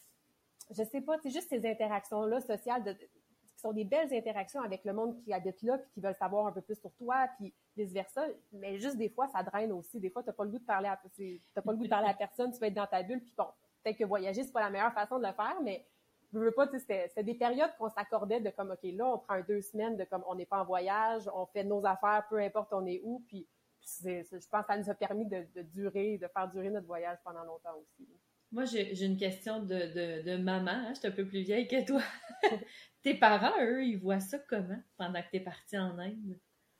je sais pas, c'est juste ces interactions-là sociales, de, de, qui sont des belles interactions avec le monde qui habite là, puis qui veulent savoir un peu plus sur toi, puis vice-versa. Mais juste des fois, ça draine aussi. Des fois, t'as pas le goût de parler à, t'as pas le goût de parler à personne, tu vas être dans ta bulle, puis bon, peut-être que voyager, c'est pas la meilleure façon de le faire, mais je veux pas, tu sais, c'était, c'était des périodes qu'on s'accordait de comme, OK, là, on prend deux semaines de comme, on n'est pas en voyage, on fait nos affaires, peu importe on est où, puis c'est, c'est, je pense que ça nous a permis de, de durer, de faire durer notre voyage pendant longtemps aussi. Moi, j'ai, j'ai une question de, de, de maman, hein, je suis un peu plus vieille que toi. Tes parents, eux, ils voient ça comment pendant que t'es partie en Inde?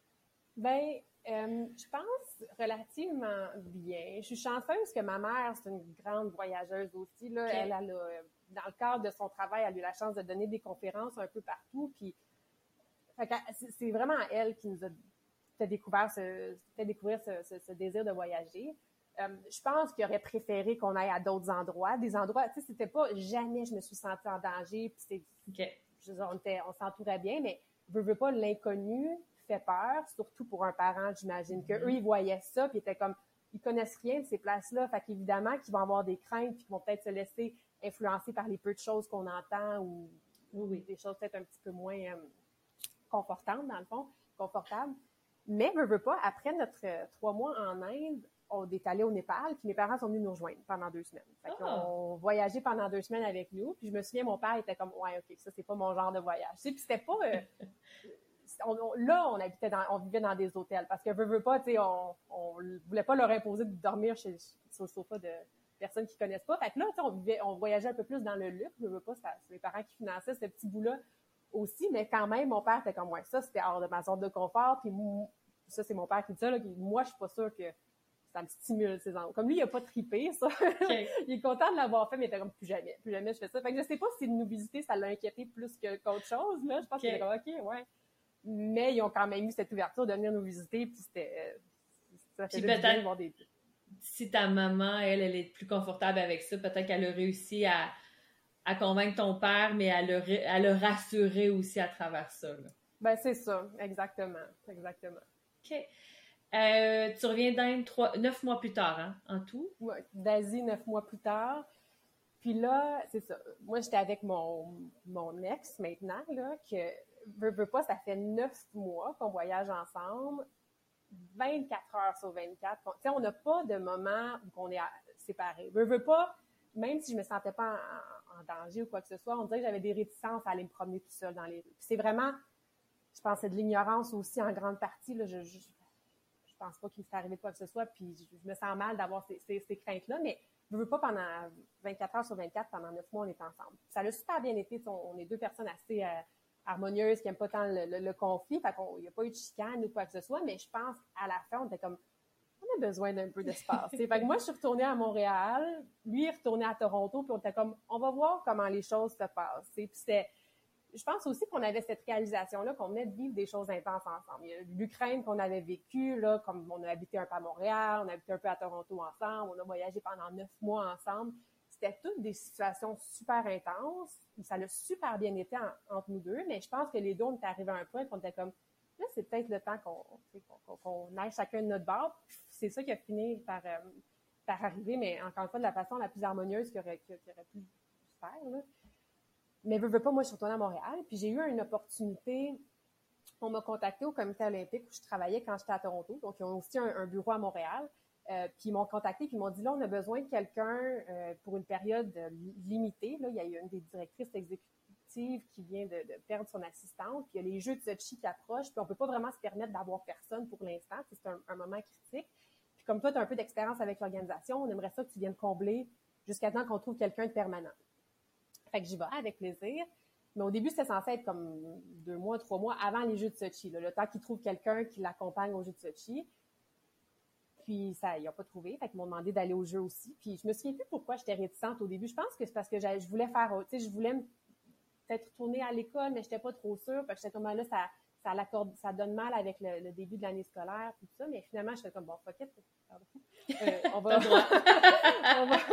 Ben, euh, je pense relativement bien. Je suis chanceuse que ma mère, c'est une grande voyageuse aussi, là. Okay. Elle, elle a, dans le cadre de son travail, elle a eu la chance de donner des conférences un peu partout, puis fait que c'est vraiment elle qui nous a fait découvrir ce, fait découvrir ce, ce, ce désir de voyager. Euh, je pense qu'il aurait préféré qu'on aille à d'autres endroits, des endroits, tu sais, c'était pas jamais je me suis sentie en danger, puis c'est, okay. je veux dire, on, était, on s'entourait bien, mais je veux pas l'inconnu fait peur, surtout pour un parent, j'imagine, mm-hmm. qu'eux, ils voyaient ça, puis ils étaient comme, ils connaissent rien de ces places-là, fait qu'évidemment qu'ils vont avoir des craintes, puis qu'ils vont peut-être se laisser influencer par les peu de choses qu'on entend, ou, ou oui, des choses peut-être un petit peu moins euh, confortantes, dans le fond, confortables. Mais, veux, veux pas, après notre euh, trois mois en Inde, on est allé au Népal, puis mes parents sont venus nous rejoindre pendant deux semaines. Fait oh. qu'on voyageait pendant deux semaines avec nous, puis je me souviens, mon père était comme, ouais, OK, ça, c'est pas mon genre de voyage. Tu sais, puis c'était pas... Euh, On, on, là, on habitait dans, on vivait dans des hôtels parce que veux, veux pas, tu sais, on, on voulait pas leur imposer de dormir chez, sur le sofa de personnes qui connaissent pas. Fait que là, tu sais, on vivait, on voyageait un peu plus dans le luxe. Veux, veux pas, c'est les parents qui finançaient ce petit bout-là aussi, mais quand même, mon père était comme, ouais, ça, c'était hors de ma zone de confort. Puis ça, c'est mon père qui dit ça, là, qui, moi, je suis pas sûre que ça me stimule ces endroits. Comme lui, il a pas trippé, ça. Okay. Il est content de l'avoir fait, mais il était comme, plus jamais, plus jamais je fais ça. Fait que je sais pas si nous visiter, ça l'a inquiété plus que, qu'autre chose, là. Je pense okay. qu'il était comme, OK, ouais. Mais ils ont quand même eu cette ouverture de venir nous visiter, puis c'était... Ça faisait puis peut-être, de voir des... si ta maman, elle, elle est plus confortable avec ça, peut-être qu'elle a réussi à, à convaincre ton père, mais à le, à le rassurer aussi à travers ça, là. Ben, c'est ça, exactement, exactement. OK. Euh, tu reviens d'Inde trois, neuf mois plus tard, hein, en tout? Oui, d'Asie, neuf mois plus tard. Puis là, c'est ça. Moi, j'étais avec mon, mon ex, maintenant, là, que... Veux, veux pas, ça fait neuf mois qu'on voyage ensemble, vingt-quatre heures sur vingt-quatre. Tu sais, on n'a pas de moment où on est séparés. Veux, veux pas, même si je me sentais pas en, en danger ou quoi que ce soit, on dirait que j'avais des réticences à aller me promener tout seul dans les rues. Puis c'est vraiment, je pense, c'est de l'ignorance aussi en grande partie. Là, je, je, je pense pas qu'il s'est arrivé quoi que ce soit, puis je, je me sens mal d'avoir ces, ces, ces craintes-là, mais veux, veux pas, pendant vingt-quatre heures sur vingt-quatre, pendant neuf mois, on est ensemble. Ça a super bien été. On, on est deux personnes assez... Euh, harmonieuse, qui n'aime pas tant le, le, le conflit, fait qu'on, il n'y a pas eu de chicane ou quoi que ce soit, mais je pense, à la fin, on était comme, on a besoin d'un peu d'espace, t'sais. Fait que moi, je suis retournée à Montréal, lui est retourné à Toronto, puis on était comme, on va voir comment les choses se passent, t'sais. Puis c'était, je pense aussi qu'on avait cette réalisation-là, qu'on venait de vivre des choses intenses ensemble. Il y a l'Ukraine qu'on avait vécue, là, comme on a habité un peu à Montréal, on a habité un peu à Toronto ensemble, on a voyagé pendant neuf mois ensemble. C'était toutes des situations super intenses. Ça l'a super bien été en, entre nous deux, mais je pense que les deux, on était arrivés à un point qu'on était comme, là, c'est peut-être le temps qu'on, qu'on, qu'on aille chacun de notre bord. C'est ça qui a fini par, euh, par arriver, mais encore une fois, de la façon la plus harmonieuse qu'il aurait, qu'il aurait pu se faire, là. Mais veux, veux pas, moi, je suis retournée à Montréal, puis j'ai eu une opportunité. on m'a contacté au comité olympique où je travaillais quand j'étais à Toronto. Donc, ils ont aussi un, un bureau à Montréal. Euh, puis ils m'ont contacté, puis ils m'ont dit, là, on a besoin de quelqu'un euh, pour une période euh, limitée. Là, il y a eu une des directrices exécutives qui vient de, de perdre son assistante, puis il y a les Jeux de Sochi qui approchent, puis on peut pas vraiment se permettre d'avoir personne pour l'instant. C'est un, un moment critique. Puis comme toi, tu as un peu d'expérience avec l'organisation, on aimerait ça que tu viennes combler jusqu'à temps qu'on trouve quelqu'un de permanent. Fait que j'y vais avec plaisir. Mais au début, c'était censé être comme deux mois, trois mois avant les Jeux de Sochi, là, le temps qu'ils trouvent quelqu'un qui l'accompagne aux Jeux de Sochi. Puis, ça, ils n'ont pas trouvé. Fait qu'ils m'ont demandé d'aller au jeu aussi. Puis, je me souviens plus pourquoi j'étais réticente au début. Je pense que c'est parce que je voulais faire, tu sais, je voulais peut-être retourner à l'école, mais je n'étais pas trop sûre. Fait que j'étais comme, là, ça, ça, l'accorde, ça donne mal avec le, le début de l'année scolaire, puis tout ça. Mais finalement, j'étais comme, bon, fuck it. Euh, on va, on va,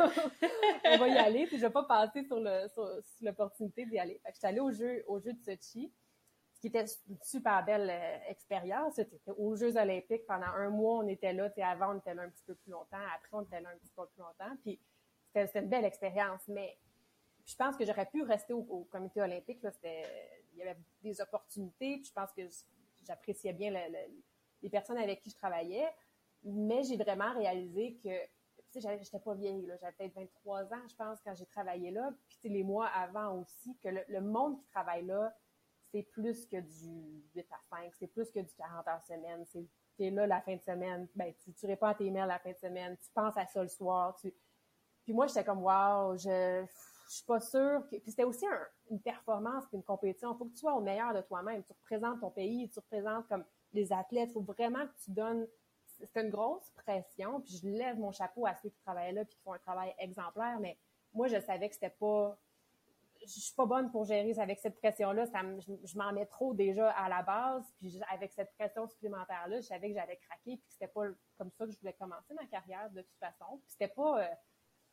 on va y aller. Puis, je vais pas passer sur, le, sur, sur l'opportunité d'y aller. Fait que j'étais allée au jeu, au jeu de Sochi, qui était une super belle euh, expérience. C'était aux Jeux olympiques, pendant un mois, on était là. Avant, on était là un petit peu plus longtemps. Après, on était là un petit peu plus longtemps. Puis, c'était, c'était une belle expérience. Mais je pense que j'aurais pu rester au, au comité olympique. Là, c'était, il y avait des opportunités. Puis, je pense que j'appréciais bien le, le, les personnes avec qui je travaillais. Mais j'ai vraiment réalisé que, tu sais, j'étais pas vieille. Là, j'avais peut-être vingt-trois ans, je pense, quand j'ai travaillé là. Puis, tu sais, les mois avant aussi, que le, le monde qui travaille là, c'est plus que du huit à cinq, c'est plus que du quarante heures semaine. C'est, t'es là la fin de semaine, ben, tu, tu réponds à tes mails la fin de semaine, tu penses à ça le soir. Tu... Puis moi, j'étais comme, wow, je, je suis pas sûre. Que... Puis c'était aussi un, une performance puis une compétition. Il faut que tu sois au meilleur de toi-même. Tu représentes ton pays, tu représentes comme les athlètes. Il faut vraiment que tu donnes... C'est une grosse pression. Puis je lève mon chapeau à ceux qui travaillent là puis qui font un travail exemplaire. Mais moi, je savais que c'était pas... je suis pas bonne pour gérer avec cette pression-là. Ça me, je, je m'en mets trop déjà à la base. Puis avec cette pression supplémentaire-là, je savais que j'allais craquer puis que c'était pas comme ça que je voulais commencer ma carrière de toute façon. Puis c'était pas... Euh,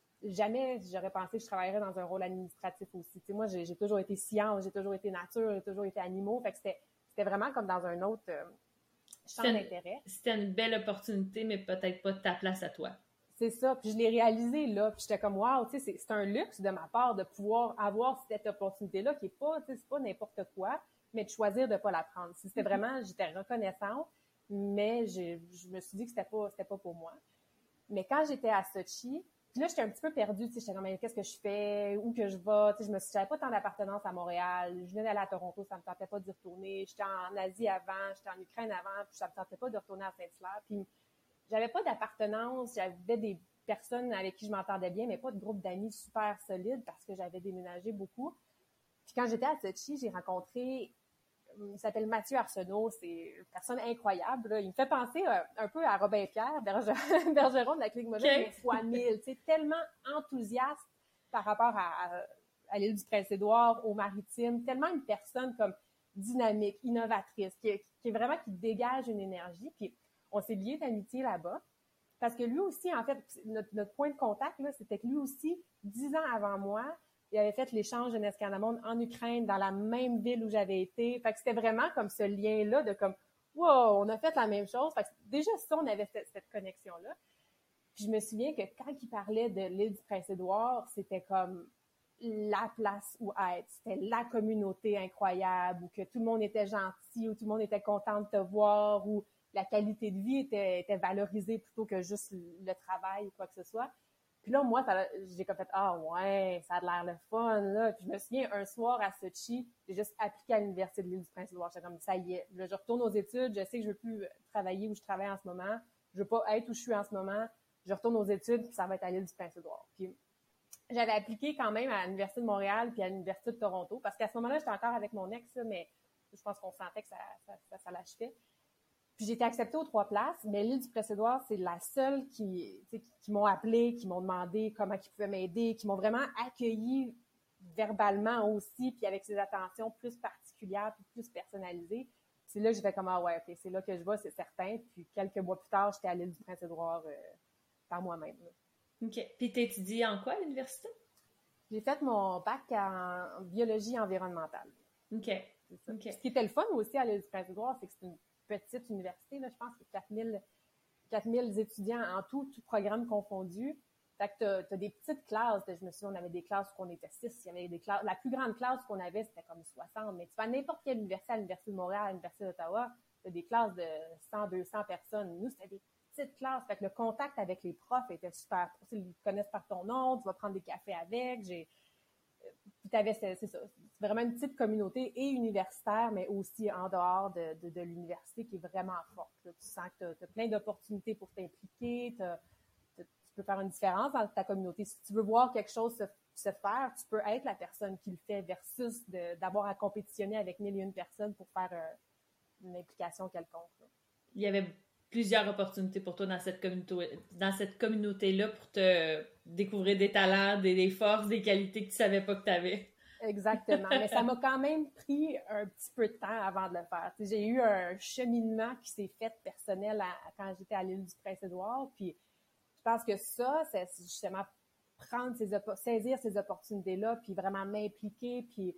jamais j'aurais pensé que je travaillerais dans un rôle administratif aussi. Tu sais, moi, j'ai, j'ai toujours été science, j'ai toujours été nature, j'ai toujours été animaux. Fait que c'était, c'était vraiment comme dans un autre euh, champ c'était d'intérêt. Une, c'était une belle opportunité, mais peut-être pas ta place à toi. C'est ça. Puis je l'ai réalisé là. Puis j'étais comme, wow, tu sais, c'est, c'est un luxe de ma part de pouvoir avoir cette opportunité-là qui est pas, tu sais, c'est pas n'importe quoi, mais de choisir de pas la prendre. C'était vraiment, j'étais reconnaissante, mais j'ai, je me suis dit que c'était pas, c'était pas pour moi. Mais quand j'étais à Sochi, puis là, j'étais un petit peu perdue, tu sais, j'étais comme, mais qu'est-ce que je fais? Où que je vais? Tu sais, je me suis, j'avais pas tant d'appartenance à Montréal. Je venais d'aller à Toronto, ça me tentait pas d'y retourner. J'étais en Asie avant, j'étais en Ukraine avant, puis ça me tentait pas de retourner à Saint-Hilaire. Puis j'avais pas d'appartenance, j'avais des personnes avec qui je m'entendais bien, mais pas de groupe d'amis super solide parce que j'avais déménagé beaucoup. Puis quand j'étais à Sochi, j'ai rencontré, il s'appelle Mathieu Arsenault, c'est une personne incroyable, là. Il me fait penser euh, un peu à Robin Pierre, Berger, Bergeron de la Clique Mobile, okay. Mais fois mille, tu sais, tellement enthousiaste par rapport à, à, à l'île du Prince-Édouard, aux Maritimes, tellement une personne comme dynamique, innovatrice, qui, qui est vraiment, qui dégage une énergie, puis on s'est liés d'amitié là-bas. Parce que lui aussi, en fait, notre, notre point de contact, là, c'était que lui aussi, dix ans avant moi, il avait fait l'échange Jeunesse Canada Monde en Ukraine, dans la même ville où j'avais été. Fait que c'était vraiment comme ce lien-là de comme, wow, on a fait la même chose. Fait que déjà, ça, on avait cette, cette connexion-là. Puis je me souviens que quand il parlait de l'île du Prince-Édouard, c'était comme la place où être. C'était la communauté incroyable, où que tout le monde était gentil, où tout le monde était content de te voir, où la qualité de vie était, était valorisée plutôt que juste le travail ou quoi que ce soit. Puis là, moi, ça, j'ai comme fait « Ah ouais, ça a l'air le fun, là. » Puis je me souviens, un soir à Sochi, j'ai juste appliqué à l'Université de l'île du Prince-Édouard. J'étais comme « Ça y est, là, je retourne aux études, je sais que je veux plus travailler où je travaille en ce moment, je veux pas être où je suis en ce moment, je retourne aux études, puis ça va être à l'île du Prince-Édouard. » Puis j'avais appliqué quand même à l'Université de Montréal puis à l'Université de Toronto, parce qu'à ce moment-là, j'étais encore avec mon ex, mais je pense qu'on sentait que ça, ça, ça, ça l'achevait. Puis j'ai été acceptée aux trois places, mais l'île du Prince-Édouard, c'est la seule qui, qui, qui m'ont appelé, qui m'ont demandé comment ils pouvaient m'aider, qui m'ont vraiment accueilli verbalement aussi, puis avec ces attentions plus particulières, puis plus personnalisées. C'est là que j'ai fait comme « Ah ouais, ok, c'est là que je vais, c'est certain. » Puis quelques mois plus tard, j'étais à l'île du Prince-Édouard euh, par moi-même. Là. OK. Puis t'étudies en quoi à l'université? J'ai fait mon bac en biologie environnementale. OK. C'est ça. Okay. Ce qui était le fun aussi à l'île du Prince-Édouard, c'est que c'est une petite université, là, je pense que quatre mille étudiants en tout, tout programme confondu. Fait que tu as des petites classes. Je me souviens, on avait des classes où on était six. Il y avait des classes. La plus grande classe qu'on avait, c'était comme soixante. Mais tu vas à n'importe quelle université, à l'Université de Montréal, à l'Université d'Ottawa, tu as des classes de cent, deux cents personnes. Nous, c'était des petites classes. Fait que le contact avec les profs était super. Ils te connaissent par ton nom, tu vas prendre des cafés avec. J'ai... Puis t'avais, c'est, c'est ça, c'est vraiment une petite communauté et universitaire, mais aussi en dehors de, de, de l'université qui est vraiment forte. Là. Tu sens que tu as plein d'opportunités pour t'impliquer, t'as, t'as, tu peux faire une différence dans ta communauté. Si tu veux voir quelque chose se, se faire, tu peux être la personne qui le fait versus de, d'avoir à compétitionner avec mille et une personnes pour faire euh, une implication quelconque. Là. Il y avait plusieurs opportunités pour toi dans cette communauté, dans cette communauté-là pour te découvrir des talents, des, des forces, des qualités que tu savais pas que tu avais. Exactement. Mais ça m'a quand même pris un petit peu de temps avant de le faire. Tu sais, j'ai eu un cheminement qui s'est fait personnel à, quand j'étais à l'île du Prince-Édouard. Puis je pense que ça, c'est justement prendre ces saisir ces opportunités-là, puis vraiment m'impliquer, puis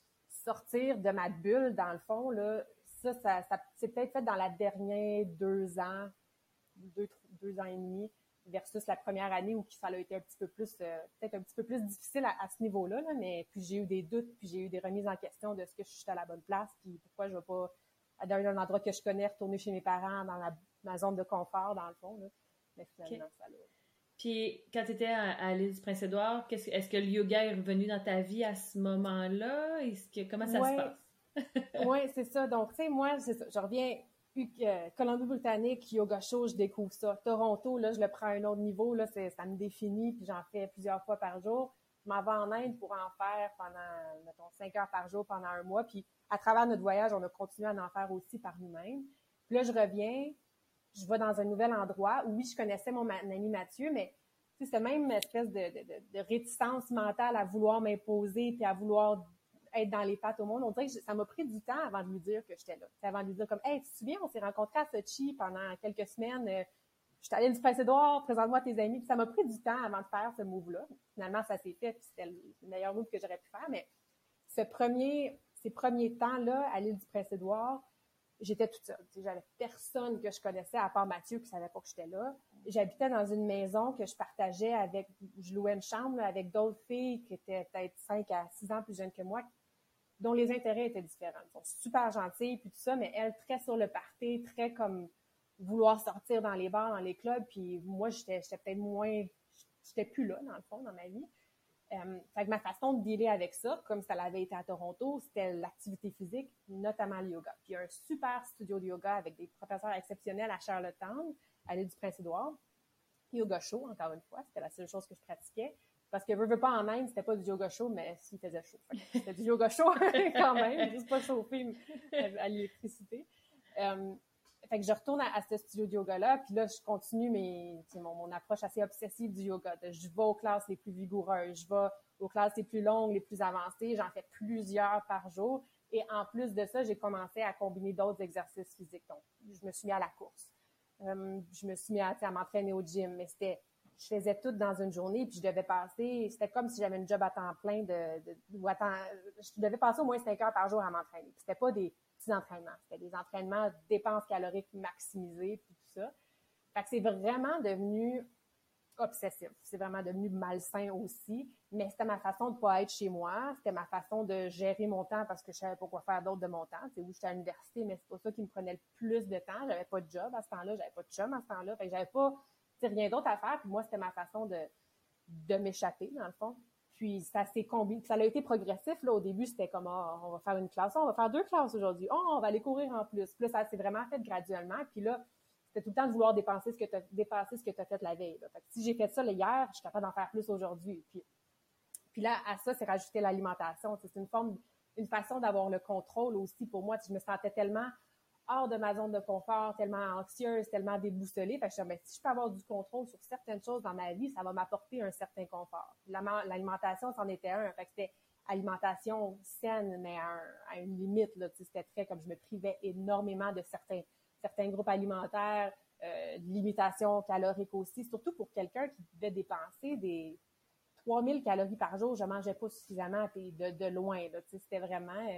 sortir de ma bulle, dans le fond, là. Ça, ça, ça c'est peut-être fait dans la dernière deux ans, deux, deux ans et demi, versus la première année où ça a été un petit peu plus, euh, peut-être un petit peu plus difficile à, à ce niveau-là, là, mais puis j'ai eu des doutes, puis j'ai eu des remises en question de ce que je suis à la bonne place, puis pourquoi je ne vais pas, dans un endroit que je connais, retourner chez mes parents, dans la, ma zone de confort, dans le fond, là. Mais finalement, okay. Ça l'a... Puis, quand tu étais à, à l'île du Prince-Édouard, qu'est-ce, est-ce que le yoga est revenu dans ta vie à ce moment-là? Est-ce que, comment ça ouais. se passe? Oui, c'est ça. Donc, tu sais, moi, c'est ça. Je reviens euh, Colombie-Britannique, Yoga Show, je découvre ça. Toronto, là, je le prends à un autre niveau. Là, c'est, ça me définit, puis j'en fais plusieurs fois par jour. Je m'en vais en Inde pour en faire pendant, mettons, cinq heures par jour pendant un mois. Puis, à travers notre voyage, on a continué à en faire aussi par nous-mêmes. Puis là, je reviens, je vais dans un nouvel endroit où, oui, je connaissais mon, mon ami Mathieu, mais tu sais, cette même espèce de, de, de, de réticence mentale à vouloir m'imposer puis à vouloir être dans les pattes au monde. On dirait que ça m'a pris du temps avant de lui dire que j'étais là. C'est avant de lui dire comme, hey, tu te souviens, on s'est rencontrés à Sochi pendant quelques semaines. Euh, je suis allée du Prince-Édouard, présente-moi tes amis. Puis ça m'a pris du temps avant de faire ce move-là. Finalement, ça s'est fait, puis c'était le meilleur move que j'aurais pu faire. Mais ce premier, ces premiers temps-là, à l'île du Prince-Édouard, j'étais toute seule. Tu sais, j'avais personne que je connaissais à part Mathieu qui savait pas que j'étais là. J'habitais dans une maison que je partageais avec, je louais une chambre là, avec d'autres filles qui étaient peut-être cinq à six ans plus jeunes que moi, dont les intérêts étaient différents. Elles sont super gentilles, puis tout ça, mais elles, très sur le party, très comme vouloir sortir dans les bars, dans les clubs, puis moi, j'étais, j'étais peut-être moins... J'étais plus là, dans le fond, dans ma vie. Euh, fait que ma façon de dealer avec ça, comme ça l'avait été à Toronto, c'était l'activité physique, notamment le yoga. Puis il y a un super studio de yoga avec des professeurs exceptionnels à Charlottetown, à l'île du Prince-Édouard. Yoga chaud, encore une fois, c'était la seule chose que je pratiquais. Parce que veux, veux pas en Inde, c'était pas du yoga chaud, mais s'il faisait chaud. C'était du yoga chaud quand même, juste pas chauffer à l'électricité. Euh, fait que je retourne à, à ce studio de yoga-là, puis là, je continue mes, mon, mon approche assez obsessive du yoga. De, je vais aux classes les plus vigoureuses, je vais aux classes les plus longues, les plus avancées, j'en fais plusieurs par jour. Et en plus de ça, j'ai commencé à combiner d'autres exercices physiques. Donc, je me suis mis à la course. Euh, je me suis mis à, à m'entraîner au gym, mais c'était... Je faisais tout dans une journée, puis je devais passer, c'était comme si j'avais une job à temps plein de, de, ou à temps, je devais passer au moins cinq heures par jour à m'entraîner. Puis c'était pas des petits entraînements, c'était des entraînements dépenses caloriques maximisées, puis tout ça. Fait que c'est vraiment devenu obsessif. C'est vraiment devenu malsain aussi, mais c'était ma façon de pas être chez moi, c'était ma façon de gérer mon temps parce que je savais pas quoi faire d'autre de mon temps. C'est où j'étais à l'université, mais c'est pas ça qui me prenait le plus de temps. J'avais pas de job à ce temps-là, j'avais pas de chum à ce temps-là, fait que j'avais pas c'est rien d'autre à faire. Puis moi, c'était ma façon de, de m'échapper, dans le fond. Puis ça s'est combiné. Ça a été progressif. Là, au début, c'était comme, oh, on va faire une classe. Oh, on va faire deux classes aujourd'hui. Oh, on va aller courir en plus. Puis là, ça s'est vraiment fait graduellement. Puis là, c'était tout le temps de vouloir dépenser ce que tu as, dépasser ce que tu as fait la veille. Là. Fait que si j'ai fait ça là, hier, je suis capable d'en faire plus aujourd'hui. Puis, puis là, à ça, c'est rajouter l'alimentation. C'est une forme, une façon d'avoir le contrôle aussi pour moi. Je me sentais tellement hors de ma zone de confort, tellement anxieuse, tellement déboussolée. Fait que je me disais, si je peux avoir du contrôle sur certaines choses dans ma vie, ça va m'apporter un certain confort. L'alimentation, c'en était un. Fait que c'était alimentation saine, mais à, un, à une limite. Là, c'était très comme je me privais énormément de certains, certains groupes alimentaires, euh, limitations caloriques aussi, surtout pour quelqu'un qui devait dépenser des trois mille calories par jour. Je mangeais pas suffisamment, puis de, de loin. Là, c'était vraiment... Euh,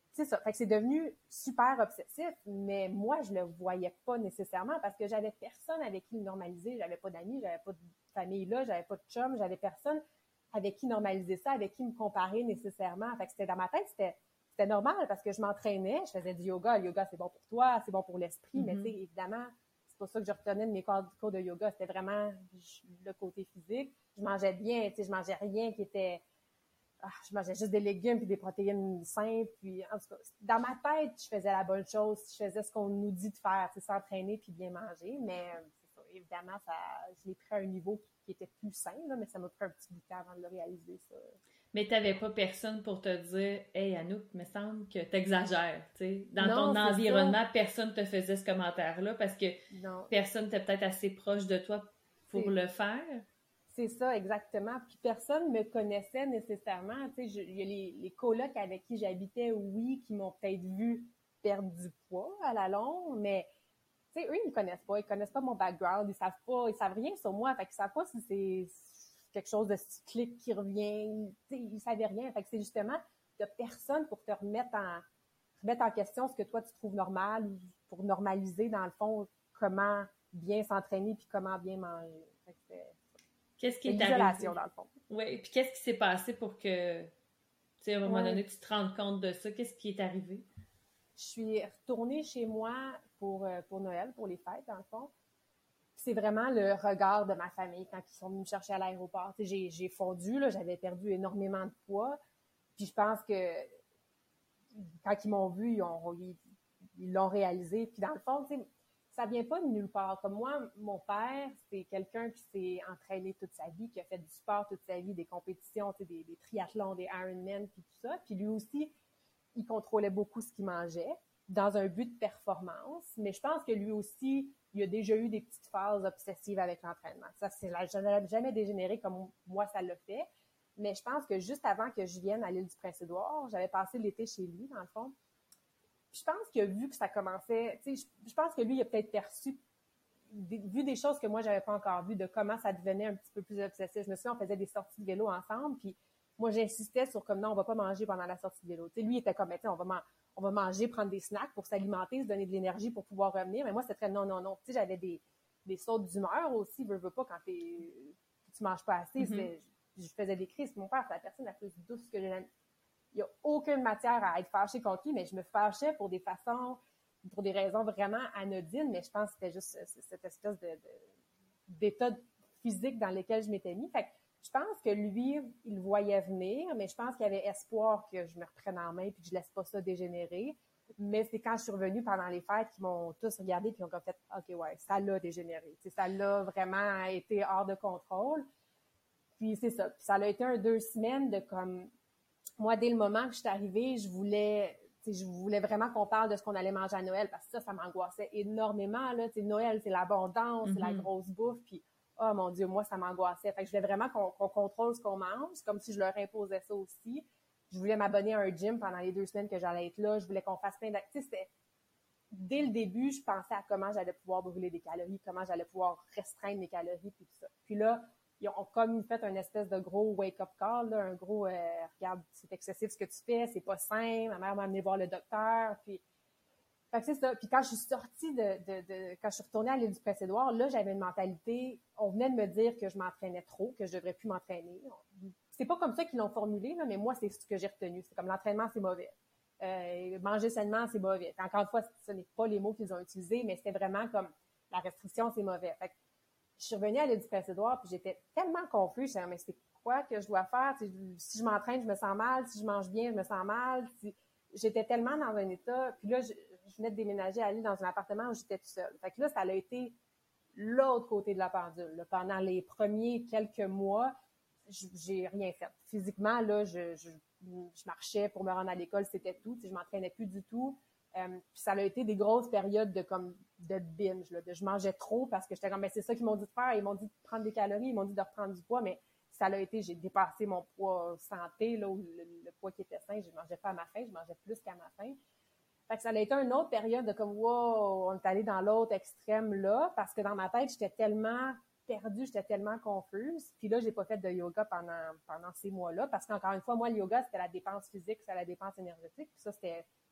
c'est ça. Fait que c'est devenu super obsessif, mais moi, je le voyais pas nécessairement parce que j'avais personne avec qui le normaliser. J'avais pas d'amis, j'avais pas de famille là, j'avais pas de chum, j'avais personne avec qui normaliser ça, avec qui me comparer nécessairement. Fait que c'était dans ma tête, c'était, c'était normal parce que je m'entraînais, je faisais du yoga. Le yoga, c'est bon pour toi, c'est bon pour l'esprit, mm-hmm. mais tu sais, évidemment, c'est pas ça que je retenais de mes cours, cours de yoga. C'était vraiment le côté physique. Je mangeais bien, tu sais, je mangeais rien qui était... Ah, je mangeais juste des légumes puis des protéines simples. Puis, en tout cas, dans ma tête, je faisais la bonne chose. Je faisais ce qu'on nous dit de faire, c'est s'entraîner puis bien manger. Mais c'est ça, évidemment, ça, je l'ai pris à un niveau qui, qui était plus sain, là, mais ça m'a pris un petit bout de temps avant de le réaliser, ça. Mais t'avais pas personne pour te dire « Hey, Anouk, il me semble que t'exagères. » Tu sais, dans non, ton environnement, ça. Personne te faisait ce commentaire-là parce que non. Personne n'était peut-être assez proche de toi pour c'est... le faire. C'est ça, exactement. Puis personne me connaissait nécessairement. Tu sais, il y a les, les colocs avec qui j'habitais, oui, qui m'ont peut-être vu perdre du poids à la longue, mais tu sais, eux, ils me connaissent pas. Ils connaissent pas mon background. Ils savent pas, ils savent rien sur moi. Fait qu'ils savent pas si c'est quelque chose de cyclique qui revient. Tu sais, ils savaient rien. Fait que c'est justement, t'as personne pour te remettre en, remettre en question ce que toi, tu trouves normal ou pour normaliser, dans le fond, comment bien s'entraîner puis comment bien manger. Fait que c'est, Qu'est-ce qui c'est est l'isolation, arrivé? dans le fond. Oui, puis qu'est-ce qui s'est passé pour que, tu sais, à un moment ouais. donné, tu te rendes compte de ça? Qu'est-ce qui est arrivé? Je suis retournée chez moi pour, pour Noël, pour les fêtes, dans le fond. Puis c'est vraiment le regard de ma famille quand ils sont venus me chercher à l'aéroport. Tu sais, j'ai, j'ai fondu, là, j'avais perdu énormément de poids. Puis je pense que quand ils m'ont vu, ils, ont, ils, ils l'ont réalisé. Puis dans le fond, tu sais, ça vient pas de nulle part. Comme moi, mon père, c'est quelqu'un qui s'est entraîné toute sa vie, qui a fait du sport toute sa vie, des compétitions, tu sais, des, des triathlons, des Ironman, puis tout ça. Puis lui aussi, il contrôlait beaucoup ce qu'il mangeait dans un but de performance. Mais je pense que lui aussi, il a déjà eu des petites phases obsessives avec l'entraînement. Ça, c'est jamais, jamais dégénéré comme moi, ça l'a fait. Mais je pense que juste avant que je vienne à l'île du Prince-Édouard, j'avais passé l'été chez lui, dans le fond. Puis je pense qu'il a vu que ça commençait, tu sais, je, je pense que lui, il a peut-être perçu, des, vu des choses que moi, j'avais pas encore vues, de comment ça devenait un petit peu plus obsessif. Je me souviens, on faisait des sorties de vélo ensemble, puis moi, j'insistais sur comme non, on va pas manger pendant la sortie de vélo. Tu sais, lui, il était comme, tu sais, on va, man- on va manger, prendre des snacks pour s'alimenter, se donner de l'énergie pour pouvoir revenir. Mais moi, c'était très non, non, non. Tu sais, j'avais des, des sautes d'humeur aussi, veux, veux pas, quand t'es, tu manges pas assez. Mm-hmm. Je, je faisais des crises. Mon père, c'est la personne la plus douce que j'ai. Il n'y a aucune matière à être fâchée contre lui, mais je me fâchais pour des façons, pour des raisons vraiment anodines, mais je pense que c'était juste cette espèce de, de, d'état physique dans lequel je m'étais mis. Fait que je pense que lui, il le voyait venir, mais je pense qu'il y avait espoir que je me reprenne en main et que je laisse pas ça dégénérer. Mais c'est quand je suis revenue pendant les fêtes qu'ils m'ont tous regardé et ils ont fait « OK, ouais, ça l'a dégénéré. » T'sais, ça l'a vraiment été hors de contrôle. Puis c'est ça. Puis ça a été un deux semaines de comme... Moi, dès le moment que je suis arrivée, je voulais, je voulais vraiment qu'on parle de ce qu'on allait manger à Noël parce que ça, ça m'angoissait énormément. Là. Noël, c'est l'abondance, mm-hmm. c'est la grosse bouffe. Puis, oh mon Dieu, moi, ça m'angoissait. Fait que je voulais vraiment qu'on, qu'on contrôle ce qu'on mange, comme si je leur imposais ça aussi. Je voulais m'abonner à un gym pendant les deux semaines que j'allais être là. Je voulais qu'on fasse plein d'activités. Dès le début, je pensais à comment j'allais pouvoir brûler des calories, comment j'allais pouvoir restreindre mes calories, puis tout ça. Puis là, ils ont comme fait un espèce de gros wake-up call, là, un gros euh, « Regarde, c'est excessif ce que tu fais, c'est pas sain. » Ma mère m'a amené voir le docteur. Puis, fait que c'est ça. Puis quand je suis sortie de, de, de quand je suis retournée à l'île du Prince-Édouard, là, j'avais une mentalité. On venait de me dire que je m'entraînais trop, que je devrais plus m'entraîner. C'est pas comme ça qu'ils l'ont formulé, là, mais moi, c'est ce que j'ai retenu. C'est comme l'entraînement, c'est mauvais. Euh, manger sainement, c'est mauvais. Encore une fois, ce n'est pas les mots qu'ils ont utilisés, mais c'était vraiment comme la restriction, c'est mauvais. Fait que, je suis revenue à l'île du Prince-Édouard, puis j'étais tellement confuse. Je disais, mais c'est quoi que je dois faire? Si je m'entraîne, je me sens mal. Si je mange bien, je me sens mal. Si... J'étais tellement dans un état. Puis là, je, je venais de déménager à l'île dans un appartement où j'étais toute seule. Fait que là, ça a été l'autre côté de la pendule. Là. Pendant les premiers quelques mois, j'ai rien fait. Physiquement, là, je, je, je marchais pour me rendre à l'école, c'était tout. Je m'entraînais plus du tout. Euh, puis ça a été des grosses périodes de comme de binge, là, de je mangeais trop parce que j'étais comme, ben c'est ça qu'ils m'ont dit de faire, ils m'ont dit de prendre des calories, ils m'ont dit de reprendre du poids, mais ça a été, j'ai dépassé mon poids santé, là, ou le, le poids qui était sain, je mangeais pas à ma faim, je mangeais plus qu'à ma faim. Fait que ça a été une autre période de comme, wow, on est allé dans l'autre extrême là, parce que dans ma tête, j'étais tellement perdue, j'étais tellement confuse, puis là, j'ai pas fait de yoga pendant, pendant ces mois-là, parce qu'encore une fois, moi, le yoga, c'était la dépense physique, c'était la dépense énergétique, puis ça, c'était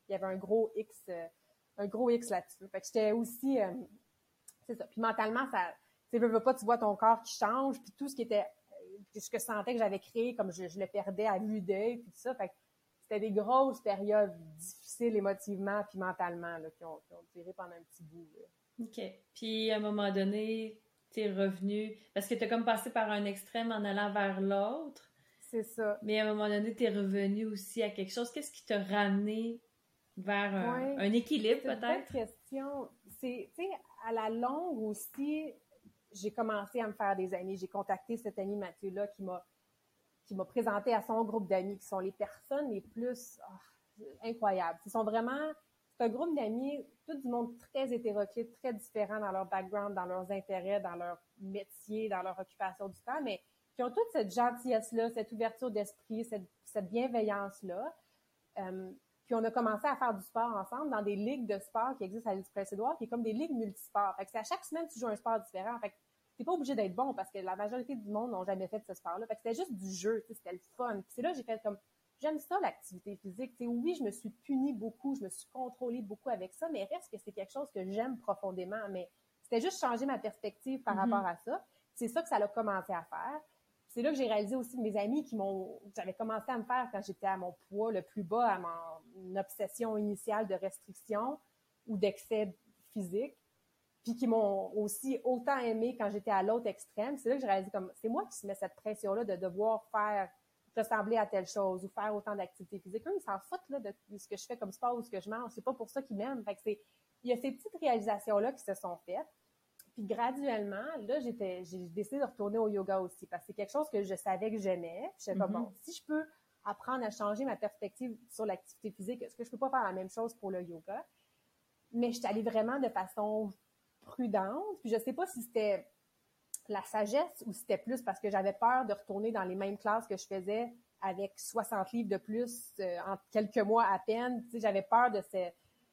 il y avait un gros X, euh, un gros X là-dessus. Fait que j'étais aussi, euh, c'est ça. Puis mentalement, ça, tu sais, veux, veux pas, tu vois ton corps qui change, puis tout ce qui était, ce que je sentais que j'avais créé, comme je, je le perdais à vue d'œil, puis tout ça. Fait que c'était des grosses périodes difficiles émotivement puis mentalement, là, qui ont, qui ont duré pendant un petit bout, là. OK. Puis, à un moment donné, t'es revenu, parce que t'as comme passé par un extrême en allant vers l'autre. C'est ça. Mais à un moment donné, t'es revenu aussi à quelque chose. Qu'est-ce qui t'a ramené vers un, Ouais, un équilibre, c'est une bonne peut-être? question. C'est, tu sais, à la longue aussi, j'ai commencé à me faire des amis. J'ai contacté cet ami Mathieu-là qui m'a, qui m'a présenté à son groupe d'amis, qui sont les personnes les plus oh, incroyables. Ils sont vraiment, c'est un groupe d'amis, tout du monde très hétéroclite, très différent dans leur background, dans leurs intérêts, dans leur métier, dans leur occupation du temps, mais qui ont toute cette gentillesse-là, cette ouverture d'esprit, cette, cette bienveillance-là. Euh, Puis on a commencé à faire du sport ensemble dans des ligues de sport qui existent à l'île du Prince-Édouard, qui est comme des ligues multisports. Fait que c'est à chaque semaine tu joues un sport différent. Fait que t'es pas obligé d'être bon parce que la majorité du monde n'ont jamais fait de ce sport-là. Fait que c'était juste du jeu, c'était le fun. Puis c'est là que j'ai fait comme, j'aime ça l'activité physique. T'sais, oui, je me suis punie beaucoup, je me suis contrôlée beaucoup avec ça, mais reste que c'est quelque chose que j'aime profondément. Mais c'était juste changer ma perspective par Mm-hmm. rapport à ça. C'est ça que ça a commencé à faire. C'est là que j'ai réalisé aussi mes amis qui m'ont, j'avais commencé à me faire quand j'étais à mon poids le plus bas, à mon obsession initiale de restriction ou d'excès physique, puis qui m'ont aussi autant aimé quand j'étais à l'autre extrême. C'est là que j'ai réalisé comme, c'est moi qui se mets cette pression-là de devoir faire, ressembler à telle chose ou faire autant d'activité physique. Eux, ils s'en foutent là, de, de ce que je fais comme sport ou ce que je mange. C'est pas pour ça qu'ils m'aiment. Fait que c'est, il y a ces petites réalisations-là qui se sont faites. Puis graduellement, là, j'étais, j'ai décidé de retourner au yoga aussi parce que c'est quelque chose que je savais que j'aimais. Puis j'étais comme, Mm-hmm. bon, si je peux apprendre à changer ma perspective sur l'activité physique, est-ce que je peux pas faire la même chose pour le yoga? Mais j'étais allée vraiment de façon prudente. Puis je sais pas si c'était la sagesse ou si c'était plus parce que j'avais peur de retourner dans les mêmes classes que je faisais avec soixante livres de plus euh, en quelques mois à peine. Tu sais, j'avais peur de ces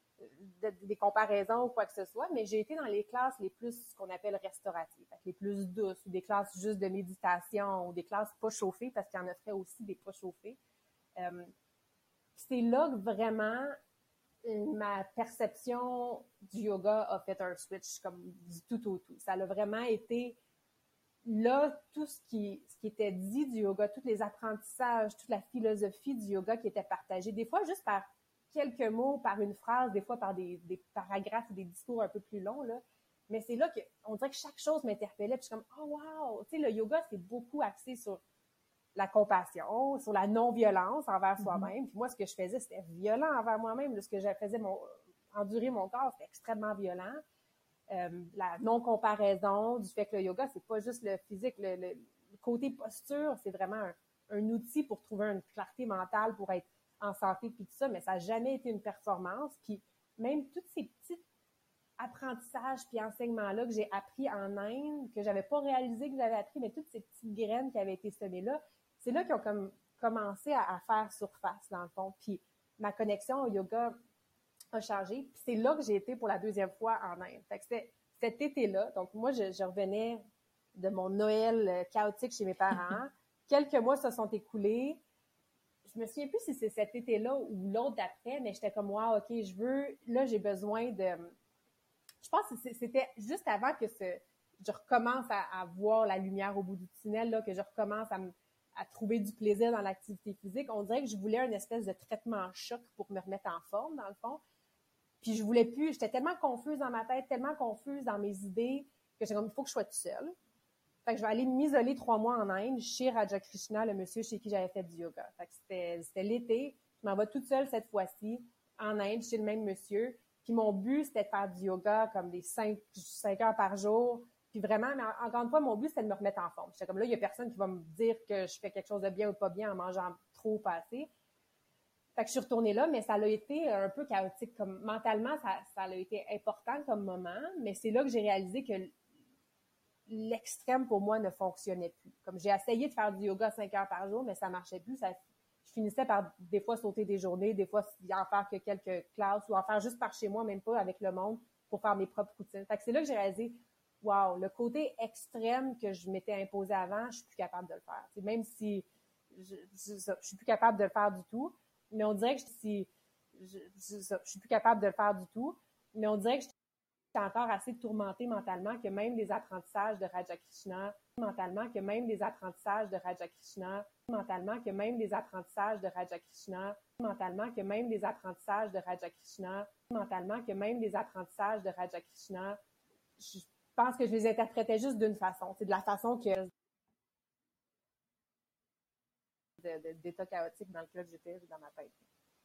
De, de, des comparaisons ou quoi que ce soit, mais j'ai été dans les classes les plus, ce qu'on appelle restauratives, les plus douces, ou des classes juste de méditation, ou des classes pas chauffées, parce qu'il y en offrait aussi des pas chauffées. Euh, c'est là que vraiment ma perception du yoga a fait un switch comme du tout au tout. Ça a vraiment été là, tout ce qui, ce qui était dit du yoga, tous les apprentissages, toute la philosophie du yoga qui était partagée, des fois juste par quelques mots, par une phrase, des fois par des, des paragraphes ou des discours un peu plus longs, là. Mais c'est là qu'on dirait que chaque chose m'interpellait, puis je suis comme, oh wow! Tu sais, le yoga, c'est beaucoup axé sur la compassion, sur la non-violence envers mm-hmm. soi-même. Puis moi, ce que je faisais, c'était violent envers moi-même. Ce que je faisais, mon, endurer mon corps, c'était extrêmement violent. Euh, la non-comparaison, du fait que le yoga, c'est pas juste le physique, le, le, le côté posture, c'est vraiment un, un outil pour trouver une clarté mentale, pour être en santé, puis tout ça, mais ça n'a jamais été une performance. Puis même tous ces petits apprentissages puis enseignements-là que j'ai appris en Inde, que j'avais pas réalisé que j'avais appris, mais toutes ces petites graines qui avaient été semées là, c'est là qu'ils ont comme commencé à, à faire surface, dans le fond. Puis ma connexion au yoga a changé. Puis c'est là que j'ai été pour la deuxième fois en Inde. Fait que c'était cet été-là. Donc moi, je, je revenais de mon Noël chaotique chez mes parents. Quelques mois se sont écoulés. Je me souviens plus si c'est cet été-là ou l'autre d'après, mais j'étais comme, wow, OK, je veux, là, j'ai besoin de, je pense que c'était juste avant que ce, je recommence à, à voir la lumière au bout du tunnel, là, que je recommence à, à trouver du plaisir dans l'activité physique. On dirait que je voulais une espèce de traitement choc pour me remettre en forme, dans le fond. Puis je voulais plus, j'étais tellement confuse dans ma tête, tellement confuse dans mes idées, que j'étais comme, il faut que je sois toute seule. Fait que je vais aller m'isoler trois mois en Inde chez Raja Krishna, le monsieur chez qui j'avais fait du yoga. Fait que c'était, c'était l'été. Je m'en vais toute seule cette fois-ci en Inde chez le même monsieur. Puis mon but, c'était de faire du yoga comme des cinq, cinq heures par jour. Puis vraiment, mais encore une fois, mon but, c'était de me remettre en forme. J'étais comme là, il y a personne qui va me dire que je fais quelque chose de bien ou pas bien en mangeant trop ou pas assez. Fait que je suis retournée là, mais ça a été un peu chaotique. Comme mentalement, ça, ça a été important comme moment. Mais c'est là que j'ai réalisé que l'extrême pour moi ne fonctionnait plus. Comme j'ai essayé de faire du yoga cinq heures par jour, mais ça marchait plus. Ça, je finissais par des fois sauter des journées, des fois en faire que quelques classes ou en faire juste par chez moi, même pas avec le monde, pour faire mes propres routines. Fait que c'est là que j'ai réalisé, wow, le côté extrême que je m'étais imposé avant, je suis plus capable de le faire. T'sais, même si je, je, je suis plus capable de le faire du tout, mais on dirait que si je, je, je, je suis plus capable de le faire du tout. Mais on dirait que je suis encore assez tourmentée mentalement que même les apprentissages de Raja Krishna, mentalement que même les apprentissages de Raja Krishna, mentalement que même les apprentissages de Raja Krishna, mentalement que même les apprentissages de Raja Krishna, mentalement que même les apprentissages de Raja Krishna, je pense que je les interprétais juste d'une façon. C'est de la façon que de, de, d'état chaotique dans lequel j'étais dans ma tête.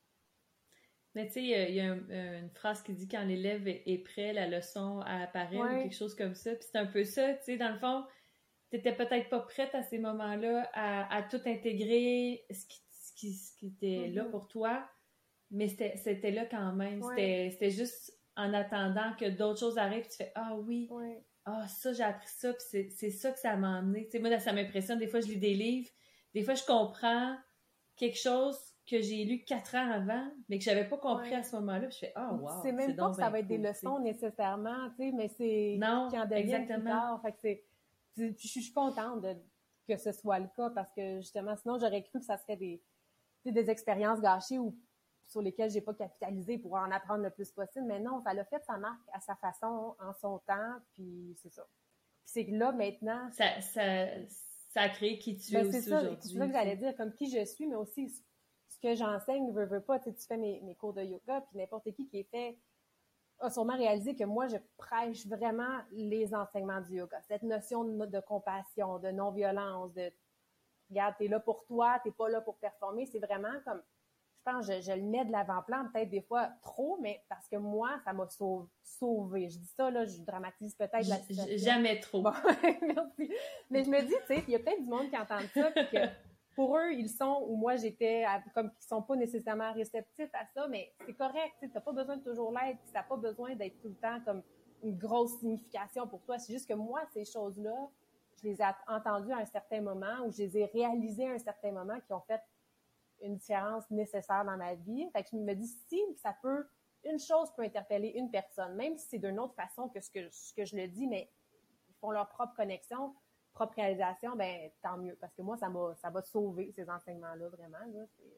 Mais tu sais, il y a un, une phrase qui dit quand l'élève est prêt, la leçon apparaît ouais. ou quelque chose comme ça. Puis c'est un peu ça, tu sais, dans le fond, t'étais peut-être pas prête à ces moments-là à, à tout intégrer, ce qui, ce qui, ce qui était mm-hmm. là pour toi, mais c'était, c'était là quand même. Ouais. C'était, c'était juste en attendant que d'autres choses arrivent, tu fais « Ah oui, ouais. ah ça, j'ai appris ça, puis c'est, c'est ça que ça m'a emmené. » Tu sais, moi, ça m'impressionne. Des fois, je lis des livres, des fois, je comprends quelque chose que j'ai lu quatre ans avant, mais que j'avais pas compris ouais. à ce moment-là. Puis je fais « Ah, oh, wow! » C'est même c'est pas que ça va être cool, des leçons t'sais. Nécessairement, tu sais, mais c'est non, qui en deviennent exactement. plus tard. Fait que c'est, puis je suis contente de, que ce soit le cas parce que justement, sinon, j'aurais cru que ça serait des, des expériences gâchées ou sur lesquelles j'ai pas capitalisé pour en apprendre le plus possible. Mais non, ça l'a fait sa marque à sa façon, en son temps, puis c'est ça. Puis c'est que là, maintenant... Ça, ça, ça a créé qui tu es ben, aussi c'est ça, aujourd'hui. C'est ça que j'allais dire, comme qui je suis, mais aussi ce que j'enseigne, veux, veux pas. Tu sais, tu fais mes, mes cours de yoga, puis n'importe qui qui est fait a sûrement réalisé que moi, je prêche vraiment les enseignements du yoga. Cette notion de, de compassion, de non-violence, de regarde, t'es là pour toi, t'es pas là pour performer. C'est vraiment comme, je pense, je, je le mets de l'avant-plan, peut-être des fois trop, mais parce que moi, ça m'a sauvé. sauvé. Je dis ça, là, je dramatise peut-être la situation. Jamais trop. Bon, merci. Mais je me dis, tu sais, il y a peut-être du monde qui entend ça, puis que pour eux, ils sont, ou moi, j'étais, comme qu'ils sont pas nécessairement réceptifs à ça, mais c'est correct, tu sais, t'as pas besoin de toujours l'être, puis t'as pas besoin d'être tout le temps comme une grosse signification pour toi. C'est juste que moi, ces choses-là, je les ai entendues à un certain moment, ou je les ai réalisées à un certain moment, qui ont fait une différence nécessaire dans ma vie. Fait que je me dis, si ça peut, une chose peut interpeller une personne, même si c'est d'une autre façon que ce que, ce que je le dis, mais ils font leur propre connexion, propre réalisation, ben tant mieux. Parce que moi, ça m'a, ça va sauver ces enseignements-là, vraiment. Là, c'est...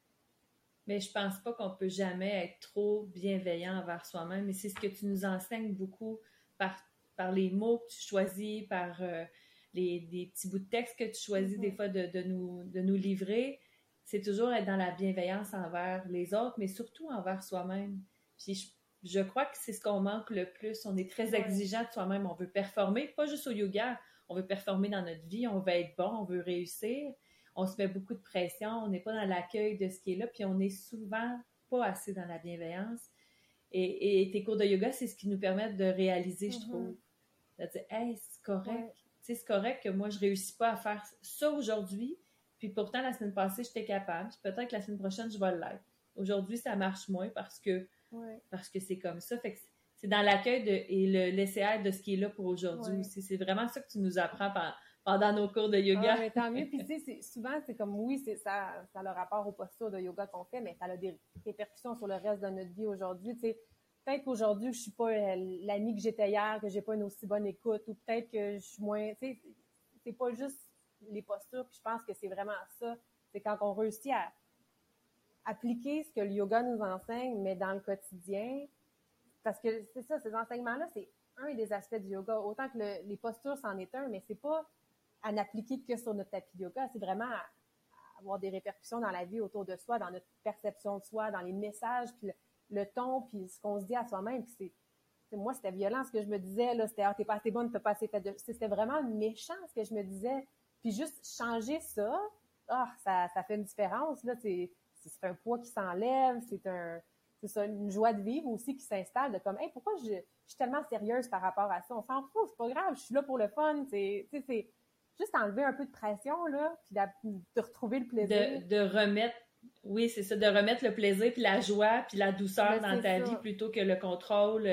Mais je pense pas qu'on peut jamais être trop bienveillant envers soi-même. Et c'est ce que tu nous enseignes beaucoup par, par les mots que tu choisis, par euh, les, les petits bouts de texte que tu choisis mm-hmm. des fois de, de, nous, de nous livrer. C'est toujours être dans la bienveillance envers les autres, mais surtout envers soi-même. Puis je, je crois que c'est ce qu'on manque le plus. On est très ouais. exigeant de soi-même. On veut performer, pas juste au yoga. On veut performer dans notre vie, on veut être bon, on veut réussir. On se met beaucoup de pression, on n'est pas dans l'accueil de ce qui est là, puis on n'est souvent pas assez dans la bienveillance. Et, et tes cours de yoga, c'est ce qui nous permet de réaliser, mm-hmm. je trouve. De dire, hey, c'est correct. Ouais. Tu sais, c'est correct que moi, je réussis pas à faire ça aujourd'hui, puis pourtant, la semaine passée, j'étais capable. Puis peut-être que la semaine prochaine, je vais l'être. Aujourd'hui, ça marche moins parce que, ouais. parce que c'est comme ça. Fait que c'est dans l'accueil de, et le laisser-être de ce qui est là pour aujourd'hui ouais. aussi. C'est vraiment ça que tu nous apprends pendant, pendant nos cours de yoga. Ah, mais tant mieux. Puis tu sais, souvent, c'est comme, oui, c'est, ça, ça a le rapport aux postures de yoga qu'on fait, mais ça a des répercussions sur le reste de notre vie aujourd'hui. Tu sais, peut-être qu'aujourd'hui, je suis pas l'amie que j'étais hier, que j'ai pas une aussi bonne écoute, ou peut-être que je suis moins... Tu sais, c'est pas juste les postures, puis je pense que c'est vraiment ça. C'est quand on réussit à appliquer ce que le yoga nous enseigne, mais dans le quotidien... Parce que c'est ça, ces enseignements-là, c'est un des aspects du yoga. Autant que le, les postures, c'en est un, mais c'est pas à n'appliquer que sur notre tapis de yoga. C'est vraiment à, à avoir des répercussions dans la vie autour de soi, dans notre perception de soi, dans les messages, puis le, le ton, puis ce qu'on se dit à soi-même. Puis c'est, c'est moi, c'était violent ce que je me disais. Là, c'était ah, t'es pas assez bonne, t'as pas assez fait de... C'était vraiment méchant ce que je me disais. Puis juste changer ça, ah, ça, ça fait une différence. Là, c'est, c'est un poids qui s'enlève, c'est un... C'est ça, une joie de vivre aussi qui s'installe, de comme, hey, pourquoi je, je suis tellement sérieuse par rapport à ça? On s'en fout, c'est pas grave, je suis là pour le fun. C'est, c'est juste enlever un peu de pression, là, puis de, de retrouver le plaisir. De, de remettre, oui, c'est ça, de remettre le plaisir, puis la joie, puis la douceur mais dans ta ça. vie plutôt que le contrôle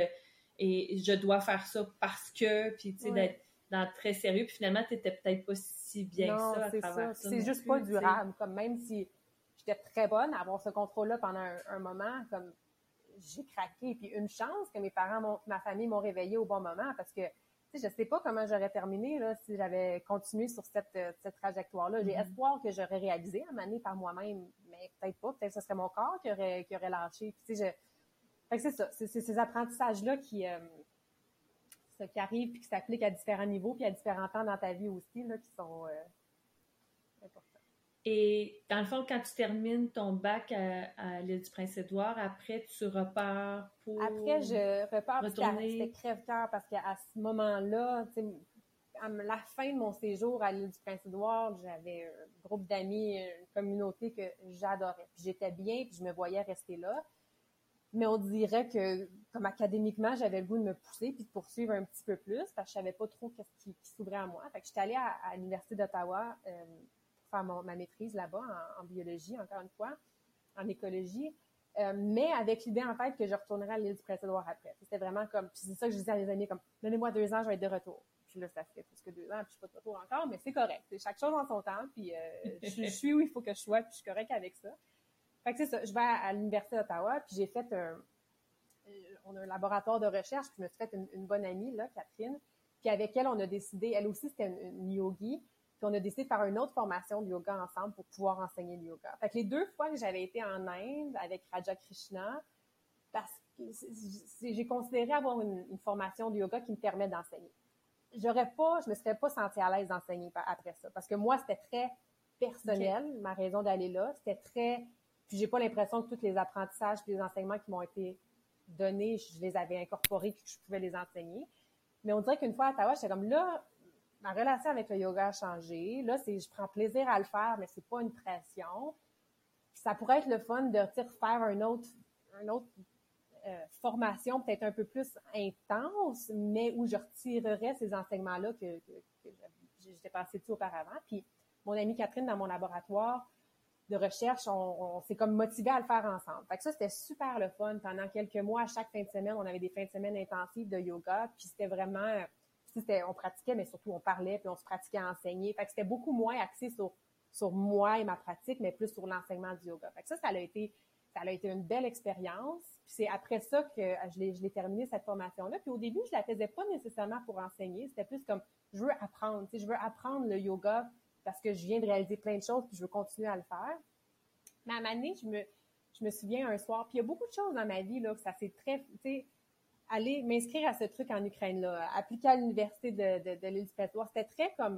et je dois faire ça parce que, puis tu sais, ouais. d'être dans très sérieux, puis finalement, t'étais peut-être pas si bien non, que ça à c'est travers ça. ça. C'est juste plus, pas durable, t'sais. Comme même si j'étais très bonne à avoir ce contrôle-là pendant un, un moment, comme j'ai craqué. Puis une chance que mes parents, m'ont, ma famille m'ont réveillée au bon moment parce que tu sais, je sais pas comment j'aurais terminé là si j'avais continué sur cette, cette trajectoire-là. J'ai mm-hmm. espoir que j'aurais réalisé à m'amener par moi-même, mais peut-être pas. Peut-être que ce serait mon corps qui aurait, qui aurait lâché. Puis, tu sais, je... fait que c'est ça. C'est, c'est ces apprentissages-là qui, euh, ça, qui arrivent puis qui s'appliquent à différents niveaux puis à différents temps dans ta vie aussi, là, qui sont euh, importants. Et dans le fond, quand tu termines ton bac à, à l'île du Prince-Édouard, après, tu repars pour Après, je repars retourner... C'était crève-cœur parce qu'à ce moment-là, tu sais, à la fin de mon séjour à l'île du Prince-Édouard, j'avais un groupe d'amis, une communauté que j'adorais. Puis j'étais bien, puis je me voyais rester là. Mais on dirait que, comme académiquement, j'avais le goût de me pousser puis de poursuivre un petit peu plus parce que je savais pas trop qu'est-ce qui, qui s'ouvrait à moi. Fait que j'étais allée à, à l'Université d'Ottawa euh, faire mon, ma maîtrise là-bas en, en biologie, encore une fois, en écologie, euh, mais avec l'idée en tête que je retournerais à l'île du Prince-Édouard après. C'était vraiment comme, puis c'est ça que je disais à mes amis, comme, donnez-moi deux ans, je vais être de retour. Puis là, ça fait plus que deux ans, puis je suis pas de retour encore, mais c'est correct. C'est chaque chose en son temps, puis euh, je, je suis où il faut que je sois, puis je suis correct avec ça. Fait que c'est ça, je vais à, à l'Université d'Ottawa, puis j'ai fait un, on a un laboratoire de recherche, puis je me suis fait une, une bonne amie, là, Catherine, puis avec elle, on a décidé, elle aussi, c'était une, une yogi, puis on a décidé de faire une autre formation de yoga ensemble pour pouvoir enseigner le yoga. Fait que les deux fois que j'avais été en Inde avec Raja Krishna, parce que c'est, c'est, j'ai considéré avoir une, une formation de yoga qui me permet d'enseigner. J'aurais pas, je me serais pas sentie à l'aise d'enseigner après ça, parce que moi, c'était très personnel, okay. Ma raison d'aller là, c'était très, puis j'ai pas l'impression que tous les apprentissages puis les enseignements qui m'ont été donnés, je les avais incorporés puis que je pouvais les enseigner. Mais on dirait qu'une fois à Ottawa, j'étais comme là, ma relation avec le yoga a changé. Là, c'est, je prends plaisir à le faire, mais c'est pas une pression. Puis ça pourrait être le fun de faire une autre, une autre euh, formation peut-être un peu plus intense, mais où je retirerais ces enseignements-là que, que, que j'étais passée dessus auparavant. Puis mon amie Catherine, dans mon laboratoire de recherche, on, on s'est comme motivé à le faire ensemble. Fait que ça, c'était super le fun. Pendant quelques mois, à chaque fin de semaine, on avait des fins de semaine intensives de yoga, puis c'était vraiment... C'était, on pratiquait, mais surtout on parlait, puis on se pratiquait à enseigner. Fait que c'était beaucoup moins axé sur, sur moi et ma pratique, mais plus sur l'enseignement du yoga. Fait que ça, ça a été, ça a été une belle expérience. Puis c'est après ça que je l'ai, je l'ai terminé cette formation-là. Puis au début, je la faisais pas nécessairement pour enseigner. C'était plus comme, je veux apprendre. Tu sais, je veux apprendre le yoga parce que je viens de réaliser plein de choses, puis je veux continuer à le faire. Mais à un moment donné, je me, je me souviens un soir, puis il y a beaucoup de choses dans ma vie, là, que ça s'est très, tu sais, aller m'inscrire à ce truc en Ukraine-là, appliquer à l'université de, de, de l'île du Prince-Édouard, c'était très comme,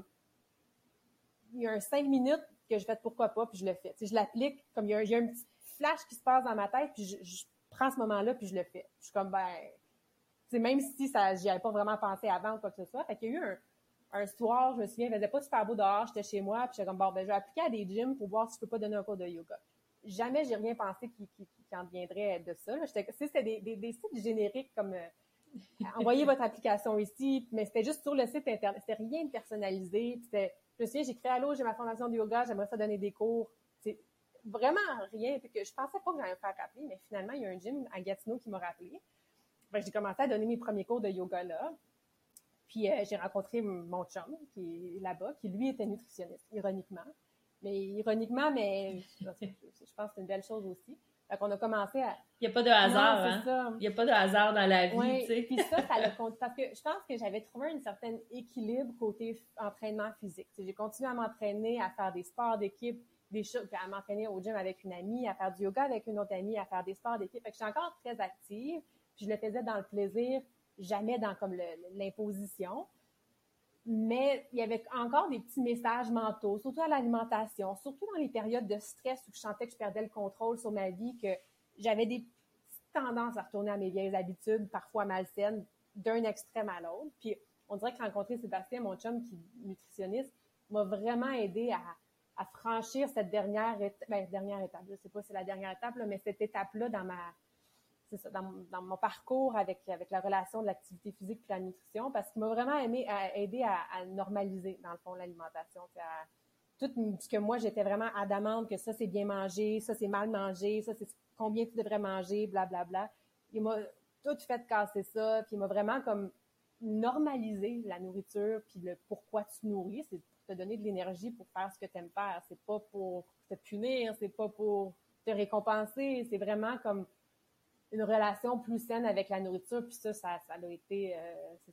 il y a un cinq minutes que je fais pourquoi pas, puis je le fais. Tu sais, je l'applique, comme il y, a un, il y a un petit flash qui se passe dans ma tête, puis je, je prends ce moment-là, puis je le fais. Je suis comme, ben, tu sais, même si ça, j'y avais pas vraiment pensé avant ou quoi que ce soit. Fait qu'il y a eu un, un soir, je me souviens, il faisait pas super beau dehors, j'étais chez moi, puis j'étais comme, bon, ben, je vais appliquer à des gyms pour voir si je peux pas donner un cours de yoga. Jamais j'ai rien pensé qui, qui, qui en deviendrait de ça. Là. J'étais, c'était des, des, des sites génériques comme euh, envoyez votre application ici, mais c'était juste sur le site internet. C'était rien de personnalisé. Puis c'était, je me souviens, j'ai écrit allô, j'ai ma formation de yoga, j'aimerais ça donner des cours. C'est vraiment rien. Puis que je pensais pas que j'allais me faire rappeler, mais finalement, il y a un gym à Gatineau qui m'a rappelé. Fait que j'ai commencé à donner mes premiers cours de yoga là. Puis euh, j'ai rencontré mon chum qui est là-bas, qui lui était nutritionniste, ironiquement. Mais ironiquement, mais je pense que c'est une belle chose aussi. Fait qu'on a commencé à... Il n'y a pas de hasard, non, hein? Ça. Il n'y a pas de hasard dans la vie, oui, tu sais. Puis ça, ça l'a compté. Parce que je pense que j'avais trouvé un certain équilibre côté entraînement physique. T'sais, j'ai continué à m'entraîner, à faire des sports d'équipe, des choses, à m'entraîner au gym avec une amie, à faire du yoga avec une autre amie, à faire des sports d'équipe. Fait que j'étais encore très active. Puis je le faisais dans le plaisir, jamais dans comme le, l'imposition. Mais il y avait encore des petits messages mentaux, surtout à l'alimentation, surtout dans les périodes de stress où je sentais que je perdais le contrôle sur ma vie, que j'avais des petites tendances à retourner à mes vieilles habitudes, parfois malsaines, d'un extrême à l'autre. Puis on dirait que rencontrer Sébastien, mon chum qui est nutritionniste, m'a vraiment aidé à, à franchir cette dernière étape, ben, dernière étape, je sais pas si c'est la dernière étape, là, mais cette étape-là dans ma... c'est ça, dans, dans mon parcours avec, avec la relation de l'activité physique et la nutrition, parce qu'il m'a vraiment aimé, à, aidé à, à normaliser, dans le fond, l'alimentation. À, tout ce que moi, j'étais vraiment adamante que ça, c'est bien manger, ça, c'est mal manger, ça, c'est combien tu devrais manger, blablabla. Bla, bla. Il m'a tout fait casser ça, puis il m'a vraiment comme normalisé la nourriture, puis le pourquoi tu nourris, c'est pour te donner de l'énergie pour faire ce que tu aimes faire. C'est pas pour te punir, c'est pas pour te récompenser, c'est vraiment comme une relation plus saine avec la nourriture, puis ça, ça, ça a été, euh, c'est, c'est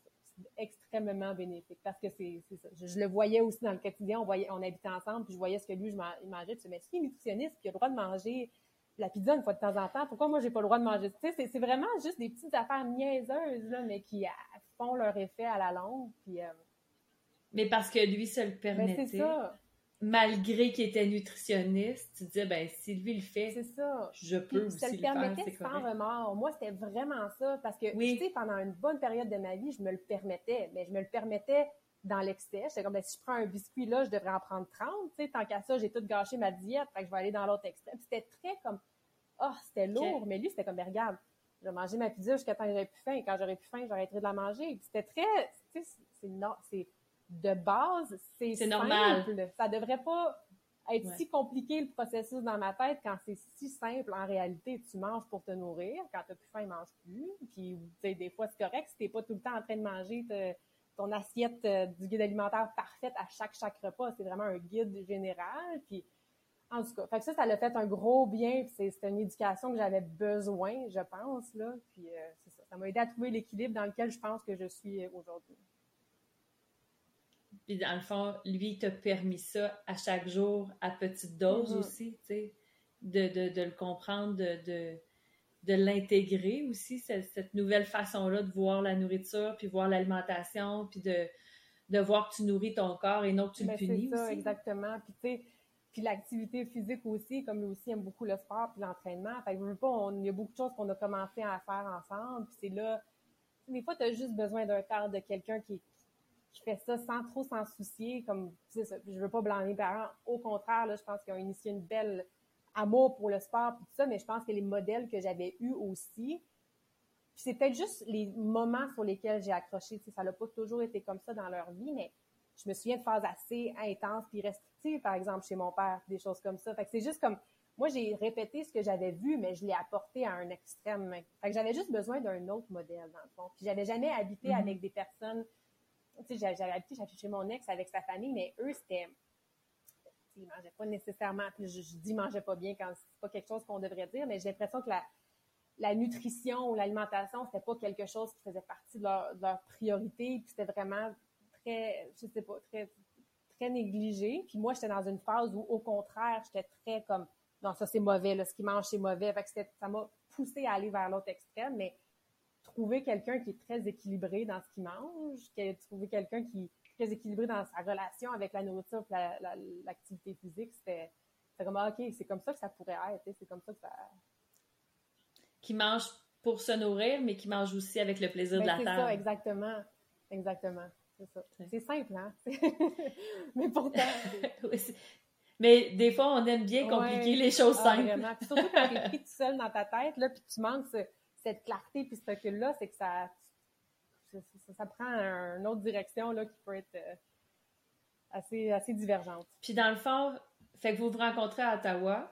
extrêmement bénéfique parce que c'est, c'est ça. Je, je le voyais aussi dans le quotidien, on voyait, on habitait ensemble, puis je voyais ce que lui, je man, il mangeait, puis je me disais, mais s'il est nutritionniste, puis il a le droit de manger la pizza une fois de temps en temps, pourquoi moi, j'ai pas le droit de manger? Tu sais, c'est, c'est vraiment juste des petites affaires niaiseuses, là, mais qui à, font leur effet à la longue, puis... Euh, mais parce que lui se le permettait. Ben c'est ça. Malgré qu'il était nutritionniste, tu te disais, ben, si lui le fait, c'est ça. je peux puis, aussi le, le faire. Ça le permettait sans remords. Moi, c'était vraiment ça, parce que, oui. tu sais, pendant une bonne période de ma vie, je me le permettais, mais je me le permettais dans l'excès. J'étais comme, ben, si je prends un biscuit là, je devrais en prendre trente, tu sais, tant qu'à ça, j'ai tout gâché ma diète, fait que je vais aller dans l'autre extrême. Puis c'était très comme, oh, c'était lourd, okay. Mais lui, c'était comme, ben, regarde, je vais manger ma pizza jusqu'à temps que j'aurais plus faim, et quand j'aurais plus faim, j'arrêterai de la manger. Puis c'était très, tu sais, c'est, non, c'est, de base, c'est, c'est simple. Normal. Ça devrait pas être ouais. si compliqué le processus dans ma tête quand c'est si simple en réalité. Tu manges pour te nourrir. Quand t'as plus faim, mange plus. Puis, tu sais, des fois, c'est correct si t'es pas tout le temps en train de manger te, ton assiette euh, du guide alimentaire parfaite à chaque, chaque repas. C'est vraiment un guide général. Puis, en tout cas, fait que ça, ça l'a fait un gros bien. Puis c'est, c'est une éducation que j'avais besoin, je pense, là. Puis, euh, c'est ça. Ça m'a aidé à trouver l'équilibre dans lequel je pense que je suis aujourd'hui. Puis dans le fond, lui, il t'a permis ça à chaque jour, à petite dose mm-hmm. aussi, tu sais, de, de, de le comprendre, de, de, de l'intégrer aussi, cette, cette nouvelle façon-là de voir la nourriture, puis voir l'alimentation, puis de, de voir que tu nourris ton corps et non que tu ben, le punis c'est ça, aussi. Exactement. Puis tu sais, puis l'activité physique aussi, comme lui aussi aime beaucoup le sport puis l'entraînement. Fait que je veux pas, on, il y a beaucoup de choses qu'on a commencé à faire ensemble, puis c'est là, des fois, tu as juste besoin d'un cadre de quelqu'un qui qui fait ça sans trop s'en soucier, comme, c'est ça, je veux pas blâmer les parents, au contraire, là, je pense qu'ils ont initié une belle amour pour le sport, puis tout ça, mais je pense que les modèles que j'avais eus aussi, puis c'est peut-être juste les moments sur lesquels j'ai accroché, tu sais, ça n'a pas toujours été comme ça dans leur vie, mais je me souviens de phases assez intenses puis restrictives, par exemple, chez mon père, des choses comme ça, fait que c'est juste comme, moi, j'ai répété ce que j'avais vu, mais je l'ai apporté à un extrême, fait que j'avais juste besoin d'un autre modèle, dans le fond, puis j'avais jamais habité mm-hmm. avec des personnes. Tu sais, j'avais habité chez mon ex avec sa famille, mais eux, c'était... Ils mangeaient pas nécessairement... Je, je dis « mangeaient pas bien » quand c'est pas quelque chose qu'on devrait dire, mais j'ai l'impression que la, la nutrition ou l'alimentation, c'était pas quelque chose qui faisait partie de leur, de leur priorité, puis c'était vraiment très, je sais pas, très, très négligé. Puis moi, j'étais dans une phase où, au contraire, j'étais très comme « non, ça c'est mauvais, là, ce qu'ils mangent, c'est mauvais ». Fait que c'était, ça m'a poussée à aller vers l'autre extrême, mais trouver quelqu'un qui est très équilibré dans ce qu'il mange, trouver quelqu'un qui est très équilibré dans sa relation avec la nourriture et la, la, l'activité physique, c'était, c'était comme, ah, OK, c'est comme ça que ça pourrait être, c'est comme ça que ça... Qui mange pour se nourrir, mais qui mange aussi avec le plaisir ben, de la c'est table. C'est ça, exactement. Exactement, c'est ça. C'est, c'est simple, hein? mais pourtant... oui, c'est... Mais des fois, on aime bien compliquer ouais. les choses ah, simples. Vraiment. Puis surtout quand t'es pris tout seul dans ta tête, là, puis tu manques ce... cette clarté puis ce recul-là, c'est que ça, ça, ça, ça prend un, une autre direction là, qui peut être euh, assez, assez divergente. Puis dans le fond, fait que vous vous rencontrez à Ottawa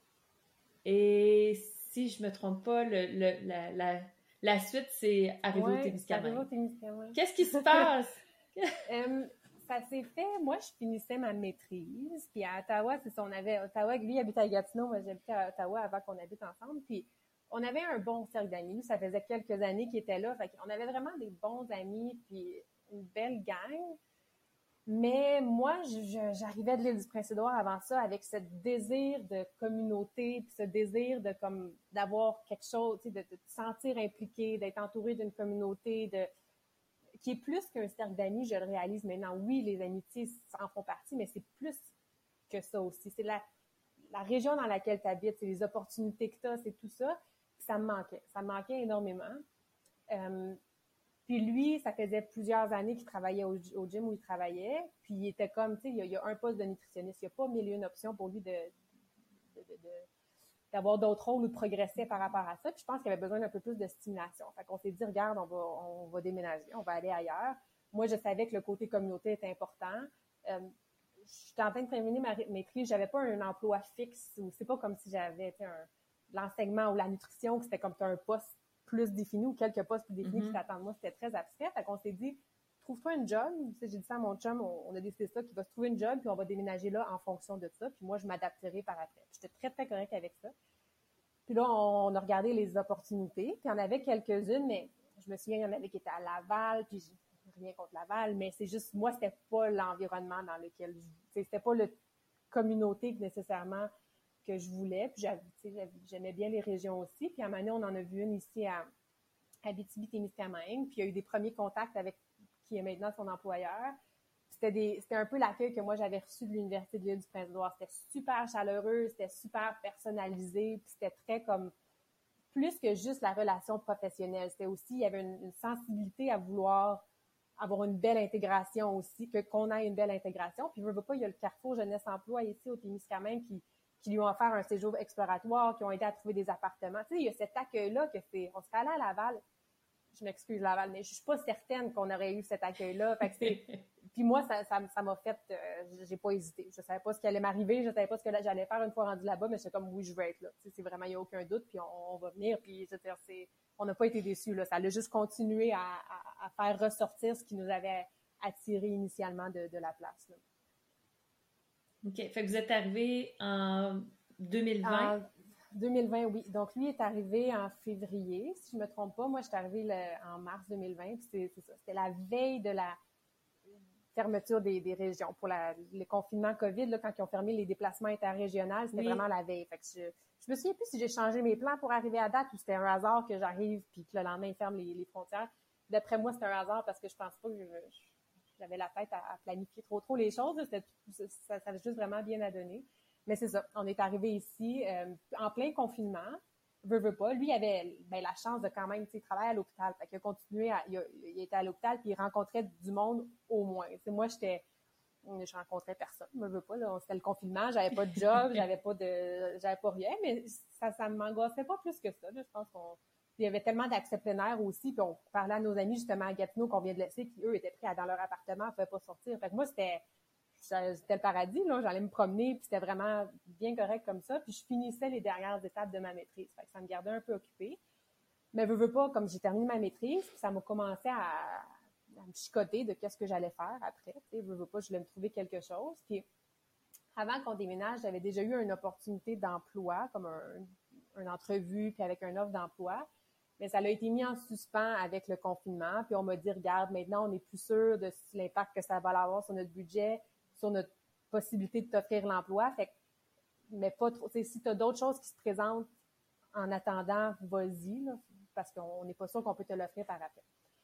et si je me trompe pas, le, le, la, la, la suite, c'est arrivé ouais, au Témiscamingue. Arrivé au Témiscamingue. Qu'est-ce qui se passe? um, ça s'est fait, moi je finissais ma maîtrise, puis à Ottawa, c'est ça, on avait, Ottawa, lui il habitait à Gatineau, moi j'habitais à Ottawa avant qu'on habite ensemble, puis on avait un bon cercle d'amis. Ça faisait quelques années qu'ils étaient là. Fait on avait vraiment des bons amis puis une belle gang. Mais moi, je, j'arrivais de l'île du Prince-Édouard avant ça avec ce désir de communauté puis ce désir de comme d'avoir quelque chose, de, de te sentir impliqué, d'être entouré d'une communauté de qui est plus qu'un cercle d'amis, je le réalise maintenant. Oui, les amitiés en font partie, mais c'est plus que ça aussi. C'est la, la région dans laquelle tu habites, c'est les opportunités que tu as, c'est tout ça. Ça me manquait. Ça me manquait énormément. Euh, puis lui, ça faisait plusieurs années qu'il travaillait au, au gym où il travaillait. Puis il était comme, tu sais, il, il y a un poste de nutritionniste. Il n'y a pas mille et une options pour lui de, de, de, de, d'avoir d'autres rôles ou de progresser par rapport à ça. Puis je pense qu'il avait besoin d'un peu plus de stimulation. Fait qu'on s'est dit, regarde, on va, on va déménager, on va aller ailleurs. Moi, je savais que le côté communauté était important. Euh, j'étais en train de terminer ma maîtrise. J'avais pas un emploi fixe ou c'est pas comme si j'avais un l'enseignement ou la nutrition, que c'était comme tu as un poste plus défini ou quelques postes plus définis mm-hmm. qui t'attendent. Moi, c'était très abstrait. Fait qu'on s'est dit, trouve-toi une job. Tu sais, j'ai dit ça à mon chum, on, on a décidé ça, qu'il va se trouver une job, puis on va déménager là en fonction de ça. Puis moi, je m'adapterai par après. J'étais très, très correcte avec ça. Puis là, on, on a regardé les opportunités. Puis il y en avait quelques-unes, mais je me souviens, il y en avait qui étaient à Laval, puis rien contre Laval, mais c'est juste, moi, c'était pas l'environnement dans lequel je... C'était pas la communauté nécessairement que je voulais. Puis j'aimais bien les régions aussi. Puis à un moment donné, on en a vu une ici à Abitibi-Témiscamingue. Puis il y a eu des premiers contacts avec qui est maintenant son employeur. C'était, des, c'était un peu l'accueil que moi, j'avais reçu de l'Université de l'Île du Prince-Édouard. C'était super chaleureux, c'était super personnalisé, puis c'était très comme, plus que juste la relation professionnelle. C'était aussi, il y avait une, une sensibilité à vouloir avoir une belle intégration aussi, que, qu'on ait une belle intégration. Puis, veux, veux pas, il y a le Carrefour Jeunesse-Emploi ici au Témiscamingue qui, qui lui ont offert un séjour exploratoire, qui ont aidé à trouver des appartements. Tu sais, il y a cet accueil-là que c'est, on serait allé à Laval, je m'excuse Laval, mais je suis pas certaine qu'on aurait eu cet accueil-là. Fait que c'est, puis moi, ça, ça, ça m'a fait, euh, j'ai pas hésité. Je savais pas ce qui allait m'arriver, je savais pas ce que j'allais faire une fois rendu là-bas, mais j'étais comme, oui, je veux être là. Tu sais, c'est vraiment, il y a aucun doute, puis on, on va venir, puis je veux dire, c'est, on n'a pas été déçus, là. Ça a juste continué à, à, à faire ressortir ce qui nous avait attiré initialement de, de la place, là. OK. Fait que vous êtes arrivé en deux mille vingt? En deux mille vingt, oui. Donc, lui est arrivé en février, si je me trompe pas. Moi, je suis arrivée le, en mars deux mille vingt, puis c'est, c'est ça. C'était la veille de la fermeture des, des régions. Pour la, le confinement COVID, là, quand ils ont fermé les déplacements interrégionaux, c'était oui. vraiment la veille. Fait que je, je me souviens plus si j'ai changé mes plans pour arriver à date ou c'était un hasard que j'arrive puis que le lendemain, ils ferment les, les frontières. D'après moi, c'était un hasard parce que je pense pas que je, je, j'avais la tête à, à planifier trop trop les choses. C'était, ça, ça avait juste vraiment bien à donner. Mais c'est ça. On est arrivé ici euh, en plein confinement. Veut, veut pas. Lui, il avait ben, la chance de quand même, tu sais, travailler à l'hôpital. Fait qu'il a continué à, il, a, il était à l'hôpital puis il rencontrait du monde au moins. Tu sais, moi, j'étais, je rencontrais personne. Veut, veut pas, là. C'était le confinement. J'avais pas de job, j'avais pas de, j'avais pas rien, mais ça, ça m'angoissait pas plus que ça, là. Je pense qu'on, il y avait tellement d'accès plein air aussi, puis on parlait à nos amis, justement, à Gatineau, qu'on vient de laisser, qui, eux, étaient pris à, dans leur appartement, ne pouvaient pas sortir. Fait que moi, c'était, c'était le paradis, là. J'allais me promener, puis c'était vraiment bien correct comme ça. Puis je finissais les dernières étapes de ma maîtrise. Fait que ça me gardait un peu occupée. Mais veux, veux pas, comme j'ai terminé ma maîtrise, puis ça m'a commencé à, à me chicoter de qu'est-ce que j'allais faire après. Tu sais, veux, veux pas, je voulais me trouver quelque chose. Puis avant qu'on déménage, j'avais déjà eu une opportunité d'emploi, comme un, une entrevue, puis avec une offre d'emploi. Mais ça a été mis en suspens avec le confinement. Puis on m'a dit, regarde, maintenant, on n'est plus sûr de l'impact que ça va avoir sur notre budget, sur notre possibilité de t'offrir l'emploi. Fait que, mais pas trop. Si tu as d'autres choses qui se présentent en attendant, vas-y, là, parce qu'on n'est pas sûr qu'on peut te l'offrir par après.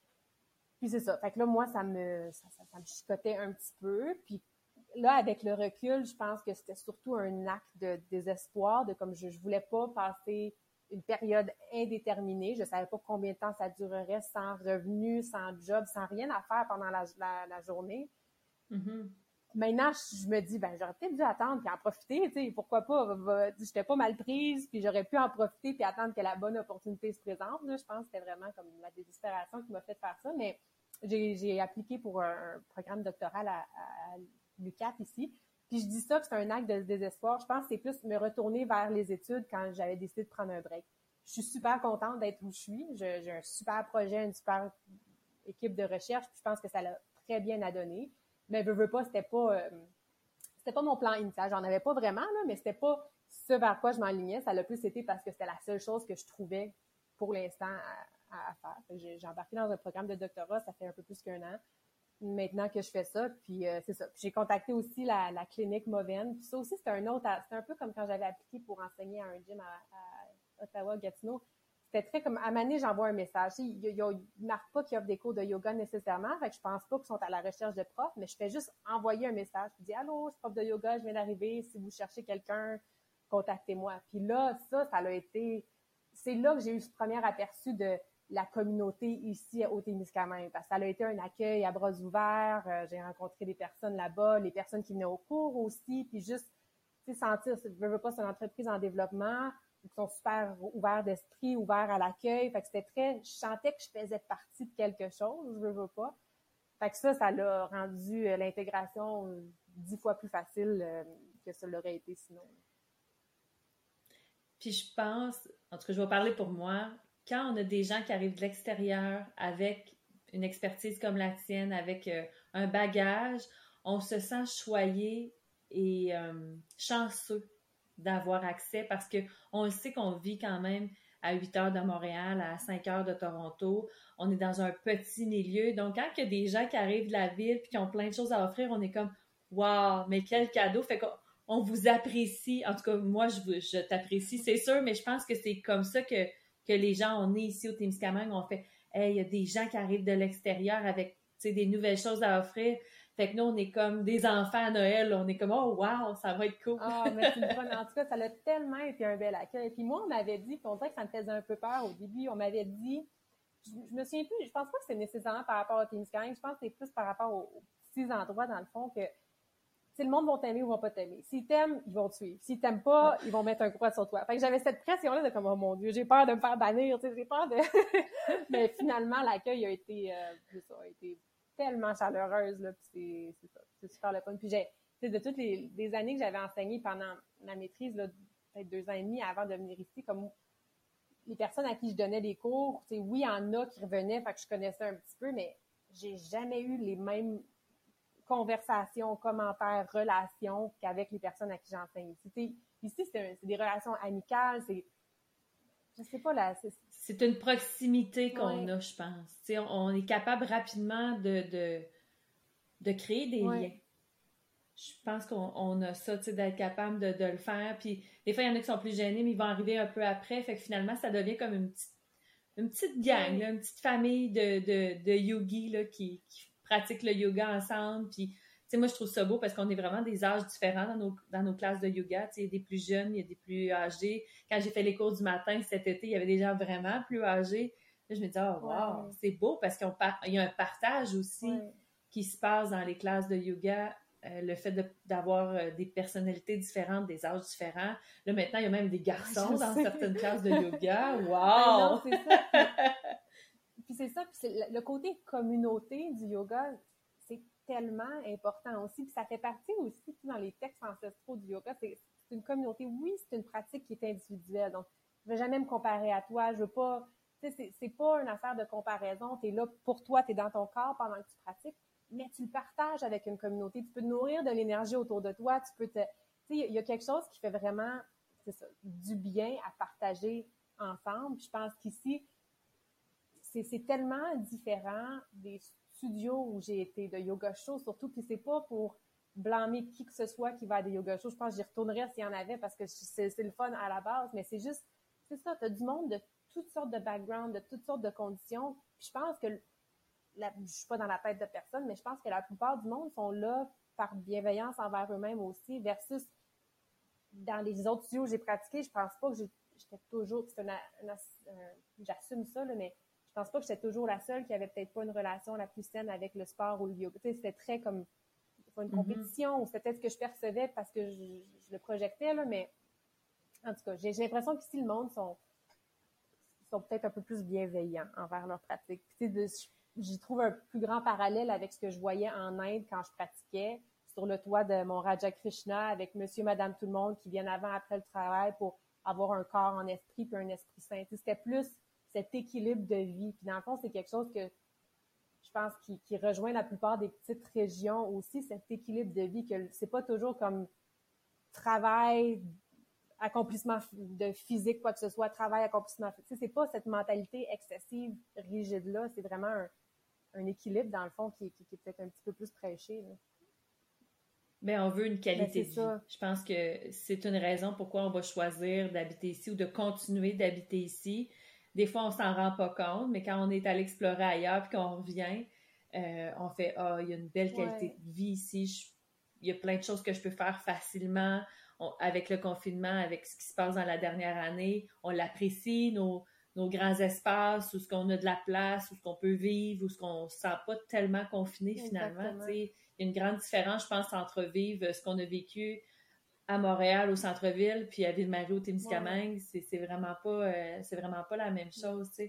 Puis c'est ça. Fait que là, moi, ça me, ça, ça, ça me chicotait un petit peu. Puis là, avec le recul, je pense que c'était surtout un acte de désespoir, de comme je, je voulais pas passer une période indéterminée. Je savais pas combien de temps ça durerait sans revenu, sans job, sans rien à faire pendant la, la, la journée. Mm-hmm. Maintenant, je me dis, ben j'aurais peut-être dû attendre puis en profiter, tu sais, pourquoi pas, j'étais pas mal prise, puis j'aurais pu en profiter puis attendre que la bonne opportunité se présente. Là, je pense que c'était vraiment comme la désespération qui m'a fait faire ça, mais j'ai, j'ai appliqué pour un, un programme doctoral à, à l'U Q A T ici. Puis je dis ça que c'est un acte de désespoir. Je pense que c'est plus me retourner vers les études quand j'avais décidé de prendre un break. Je suis super contente d'être où je suis. Je, j'ai un super projet, une super équipe de recherche. Puis je pense que ça l'a très bien à donner. Mais veux, veux pas, c'était pas, euh, c'était pas mon plan initial. J'en avais pas vraiment, là, mais c'était pas ce vers quoi je m'enlignais. Ça l'a plus été parce que c'était la seule chose que je trouvais pour l'instant à, à, à faire. J'ai, j'ai embarqué dans un programme de doctorat, ça fait un peu plus qu'un an. Maintenant que je fais ça, puis euh, c'est ça. Puis j'ai contacté aussi la, la clinique Movenne. Puis ça aussi, c'était un autre, c'était un peu comme quand j'avais appliqué pour enseigner à un gym à, à Ottawa, Gatineau. C'était très comme, à Mané, j'envoie un message. Ils ne marquent pas qu'ils offrent des cours de yoga nécessairement, fait que je pense pas qu'ils sont à la recherche de profs, mais je fais juste envoyer un message. Je dis, allô, je suis prof de yoga, je viens d'arriver. Si vous cherchez quelqu'un, contactez-moi. Puis là, ça, ça a été, c'est là que j'ai eu ce premier aperçu de la communauté ici au Témiscamingue, parce que ça a été un accueil à bras ouverts. Euh, j'ai rencontré des personnes là-bas, les personnes qui venaient au cours aussi, puis juste, tu sais, sentir, je veux pas, c'est une entreprise en développement, qui sont super ouverts d'esprit, ouverts à l'accueil. Fait que c'était très, je sentais que je faisais partie de quelque chose, je veux, veux pas. Fait que ça, ça l'a rendu euh, l'intégration euh, dix fois plus facile euh, que ça l'aurait été sinon. Puis je pense, en tout cas, je vais parler pour moi, quand on a des gens qui arrivent de l'extérieur avec une expertise comme la tienne, avec euh, un bagage, on se sent choyé et euh, chanceux d'avoir accès parce qu'on sait qu'on vit quand même à huit heures de Montréal, à cinq heures de Toronto. On est dans un petit milieu. Donc, quand il y a des gens qui arrivent de la ville puis qui ont plein de choses à offrir, on est comme « Wow, mais quel cadeau! » Fait qu'on on vous apprécie. En tout cas, moi, je, vous, je t'apprécie, c'est sûr, mais je pense que c'est comme ça que, que les gens, on est ici au Témiscamingue, on fait « Hey, il y a des gens qui arrivent de l'extérieur avec des nouvelles choses à offrir. » Fait que nous, on est comme des enfants à Noël. On est comme « Oh, wow, ça va être cool! » Ah, mais c'est le fun. En tout cas, ça a tellement été un bel accueil. Puis moi, on m'avait dit, puis on dirait que ça me faisait un peu peur au début, on m'avait dit, je, je me souviens plus, je pense pas que c'est nécessairement par rapport au Témiscamingue, je pense que c'est plus par rapport aux, aux petits endroits, dans le fond, que si le monde va t'aimer ou va pas t'aimer. S'ils t'aiment, ils vont te suivre. S'ils t'aiment pas, ils vont mettre un croix sur toi. Fait que j'avais cette pression-là de comme, oh mon Dieu, j'ai peur de me faire bannir, tu sais, j'ai peur de... Mais finalement, l'accueil a été, euh, ça, a été tellement chaleureuse, là, puis c'est, c'est ça, c'est super le fun. Puis j'ai, tu sais, de toutes les, les années que j'avais enseigné pendant ma maîtrise, là, peut-être deux ans et demi avant de venir ici, comme les personnes à qui je donnais des cours, tu sais, oui, il y en a qui revenaient, fait que je connaissais un petit peu, mais j'ai jamais eu les mêmes conversations, commentaires, relations qu'avec les personnes à qui j'enseigne ici. Tu sais, ici, c'est, un, c'est des relations amicales, c'est, je sais pas, là, c'est... C'est une proximité qu'on ouais. a, je pense. Tu sais, on, on est capable rapidement de, de, de créer des ouais. liens. Je pense qu'on on a ça, tu sais, d'être capable de, de le faire. Puis des fois, il y en a qui sont plus gênés, mais ils vont arriver un peu après. Fait que finalement, ça devient comme une petite, une petite gang, ouais. là, une petite famille de, de, de yogis là, qui, qui pratiquent le yoga ensemble. Puis, tu sais, moi, je trouve ça beau parce qu'on est vraiment des âges différents dans nos, dans nos classes de yoga. Tu sais, il y a des plus jeunes, il y a des plus âgés. Quand j'ai fait les cours du matin cet été, il y avait des gens vraiment plus âgés. Là, je me disais, oh, wow, ouais. c'est beau parce qu'il y a un partage aussi ouais. qui se passe dans les classes de yoga. Euh, le fait de, d'avoir euh, des personnalités différentes, des âges différents. Là, maintenant, il y a même des garçons je dans sais. certaines classes de yoga. Wow! Ben non, c'est ça. Puis, puis c'est ça, puis c'est le, le côté communauté du yoga, c'est tellement important aussi. Puis ça fait partie aussi dans les textes ancestraux du yoga. C'est, c'est une communauté. Oui, c'est une pratique qui est individuelle. Donc, je ne vais jamais me comparer à toi. Je veux pas... Tu sais, c'est, c'est pas une affaire de comparaison. Tu es là pour toi, tu es dans ton corps pendant que tu pratiques, mais tu le partages avec une communauté. Tu peux te nourrir de l'énergie autour de toi. Tu peux te... Tu sais, il y a quelque chose qui fait vraiment, c'est ça, du bien à partager ensemble. Puis je pense qu'ici, c'est, c'est tellement différent des studios où j'ai été, de yoga show surtout. Puis c'est pas pour blâmer qui que ce soit qui va à des yoga shows. Je pense que j'y retournerais s'il y en avait parce que c'est, c'est le fun à la base. Mais c'est juste, c'est ça, t'as du monde de toutes sortes de backgrounds, de toutes sortes de conditions. Puis je pense que La, je suis pas dans la tête de personne, mais je pense que la plupart du monde sont là par bienveillance envers eux-mêmes aussi, versus dans les autres studios où j'ai pratiqué, je pense pas que j'ai, j'étais toujours, c'est une, une, euh, j'assume ça, là, mais je pense pas que j'étais toujours la seule qui avait peut-être pas une relation la plus saine avec le sport ou le yoga. Tu sais, c'était très comme une compétition, mm-hmm. ou c'était peut-être ce que je percevais parce que je, je le projetais, là, mais en tout cas, j'ai, j'ai l'impression qu'ici, le monde sont, sont peut-être un peu plus bienveillants envers leur pratique. Puis, tu sais, j'y trouve un plus grand parallèle avec ce que je voyais en Inde quand je pratiquais sur le toit de mon Raja Krishna avec monsieur, madame, tout le monde qui viennent avant, après le travail pour avoir un corps en esprit puis un esprit sain. Tu sais, c'était plus cet équilibre de vie. Puis dans le fond, c'est quelque chose que je pense qui, qui rejoint la plupart des petites régions aussi, cet équilibre de vie, que c'est pas toujours comme travail, accomplissement de physique, quoi que ce soit, travail, accomplissement physique. Tu sais, c'est pas cette mentalité excessive, rigide-là. C'est vraiment un un équilibre, dans le fond, qui, qui, qui est peut-être un petit peu plus prêché. Là. Mais on veut une qualité ben, de ça. vie. Je pense que c'est une raison pourquoi on va choisir d'habiter ici ou de continuer d'habiter ici. Des fois, on s'en rend pas compte, mais quand on est allé explorer ailleurs puis qu'on revient, euh, on fait « Ah, oh, il y a une belle qualité ouais. de vie ici. Je, il y a plein de choses que je peux faire facilement. On, avec le confinement, avec ce qui se passe dans la dernière année, on l'apprécie, nos... nos grands espaces, où ce qu'on a de la place, où ce qu'on peut vivre, où ce qu'on ne se sent pas tellement confiné finalement. Il y a une grande différence, je pense, entre vivre ce qu'on a vécu à Montréal, au centre-ville, puis à Ville-Marie, au Témiscamingue. Ouais. C'est, c'est, vraiment pas, euh, c'est vraiment pas la même chose. T'sais.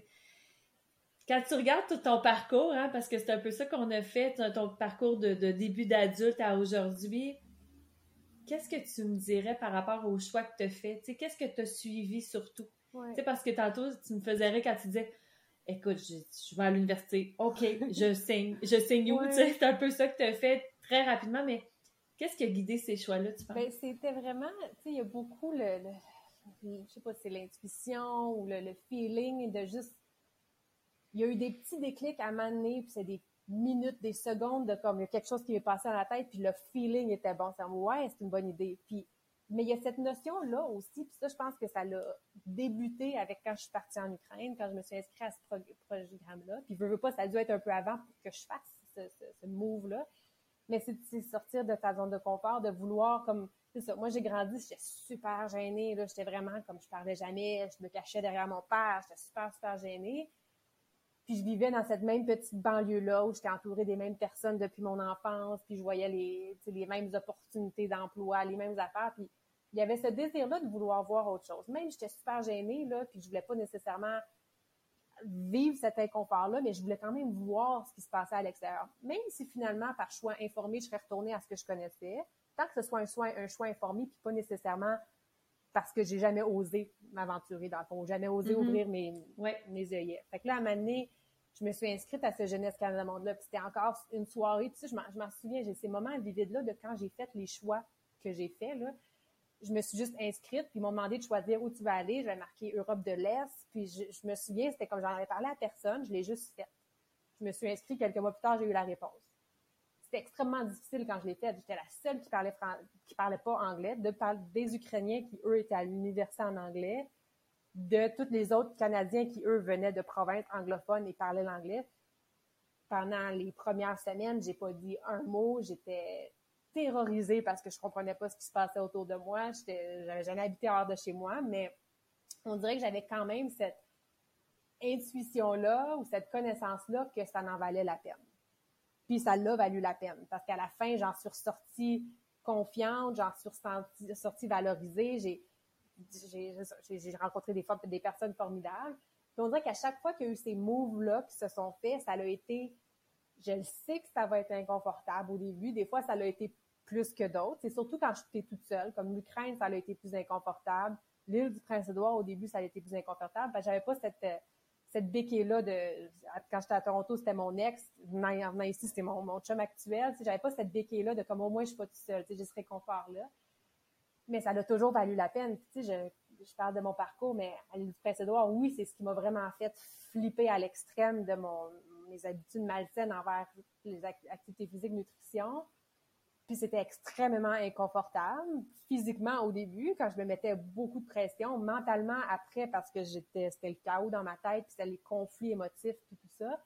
Quand tu regardes tout ton parcours, hein, parce que c'est un peu ça qu'on a fait, ton, ton parcours de, de début d'adulte à aujourd'hui, qu'est-ce que tu me dirais par rapport au choix que tu as fait? T'sais, qu'est-ce que tu as suivi surtout? Ouais. Tu sais, parce que tantôt, tu me faisais rire quand tu disais « Écoute, je, je vais à l'université. OK, je signe. Je signe où? Ouais. » Tu sais, c'est un peu ça que tu as fait très rapidement, mais qu'est-ce qui a guidé ces choix-là, tu penses? Ben, c'était vraiment... Tu sais, il y a beaucoup le, le, je sais pas si c'est l'intuition ou le, le feeling de juste, il y a eu des petits déclics à m'amener, puis c'est des minutes, des secondes de comme, il y a quelque chose qui m'est passé dans la tête, puis le feeling était bon. C'est comme, ouais, c'est une bonne idée. Puis, mais il y a cette notion-là aussi, puis ça, je pense que ça l'a débuté avec quand je suis partie en Ukraine, quand je me suis inscrite à ce pro- programme-là. Puis, veux, veux pas, ça a dû être un peu avant pour que je fasse ce, ce, ce move-là. Mais c'est, c'est sortir de ta zone de confort, de vouloir comme, c'est ça. Moi, j'ai grandi, j'étais super gênée, là. J'étais vraiment comme, je parlais jamais, je me cachais derrière mon père, j'étais super, super gênée. Puis je vivais dans cette même petite banlieue-là où j'étais entourée des mêmes personnes depuis mon enfance, puis je voyais les, les mêmes opportunités d'emploi, les mêmes affaires. Puis il y avait ce désir-là de vouloir voir autre chose. Même j'étais super gênée, là, puis je voulais pas nécessairement vivre cet inconfort-là, mais je voulais quand même voir ce qui se passait à l'extérieur. Même si finalement, par choix informé, je serais retournée à ce que je connaissais, tant que ce soit un choix, un choix informé, puis pas nécessairement parce que j'ai jamais osé m'aventurer dans le fond, jamais osé mm-hmm. ouvrir mes, ouais. mes œillets. Fait que là, à un moment donné, je me suis inscrite à ce Jeunesse Canada Monde-là, puis c'était encore une soirée, puis ça, je m'en, je m'en souviens, j'ai ces moments vivides-là de quand j'ai fait les choix que j'ai faits, là. Je me suis juste inscrite, puis ils m'ont demandé de choisir où tu vas aller, je vais marquer Europe de l'Est, puis je, je me souviens, c'était comme j'en avais parlé à personne, je l'ai juste faite. Je me suis inscrite, quelques mois plus tard, j'ai eu la réponse. C'était extrêmement difficile quand je l'ai faite, j'étais la seule qui parlait fran- qui parlait pas anglais, de parler des Ukrainiens qui, eux, étaient à l'université en anglais, de tous les autres Canadiens qui, eux, venaient de provinces anglophones et parlaient l'anglais. Pendant les premières semaines, j'ai pas dit un mot. J'étais terrorisée parce que je comprenais pas ce qui se passait autour de moi. J'étais, j'avais jamais habité hors de chez moi, mais on dirait que j'avais quand même cette intuition-là ou cette connaissance-là que ça en valait la peine. Puis ça l'a valu la peine parce qu'à la fin, j'en suis ressortie confiante, j'en suis ressortie, ressortie valorisée. J'ai J'ai, j'ai, j'ai rencontré des, fois, des personnes formidables. Puis on dirait qu'à chaque fois qu'il y a eu ces moves-là qui se sont faits, ça a été, je le sais que ça va être inconfortable au début. Des fois, ça a été plus que d'autres. C'est surtout quand j'étais toute seule. Comme l'Ukraine, ça a été plus inconfortable. L'île du Prince-Édouard, au début, ça a été plus inconfortable. Ben, j'avais pas cette, cette béquille-là de, quand j'étais à Toronto, c'était mon ex. Venant, venant ici, c'était mon, mon chum actuel. T'sais, j'avais pas cette béquille-là de comme au moins je suis pas toute seule. J'ai ce réconfort-là. Mais ça a toujours valu la peine. Tu sais, je, je parle de mon parcours, mais à l'île du Prince-Édouard, oui, c'est ce qui m'a vraiment fait flipper à l'extrême de mon, mes habitudes malsaines envers les activités physiques, nutrition. Puis c'était extrêmement inconfortable, physiquement au début, quand je me mettais beaucoup de pression, mentalement après, parce que j'étais, c'était le chaos dans ma tête, puis c'était les conflits émotifs, puis tout ça.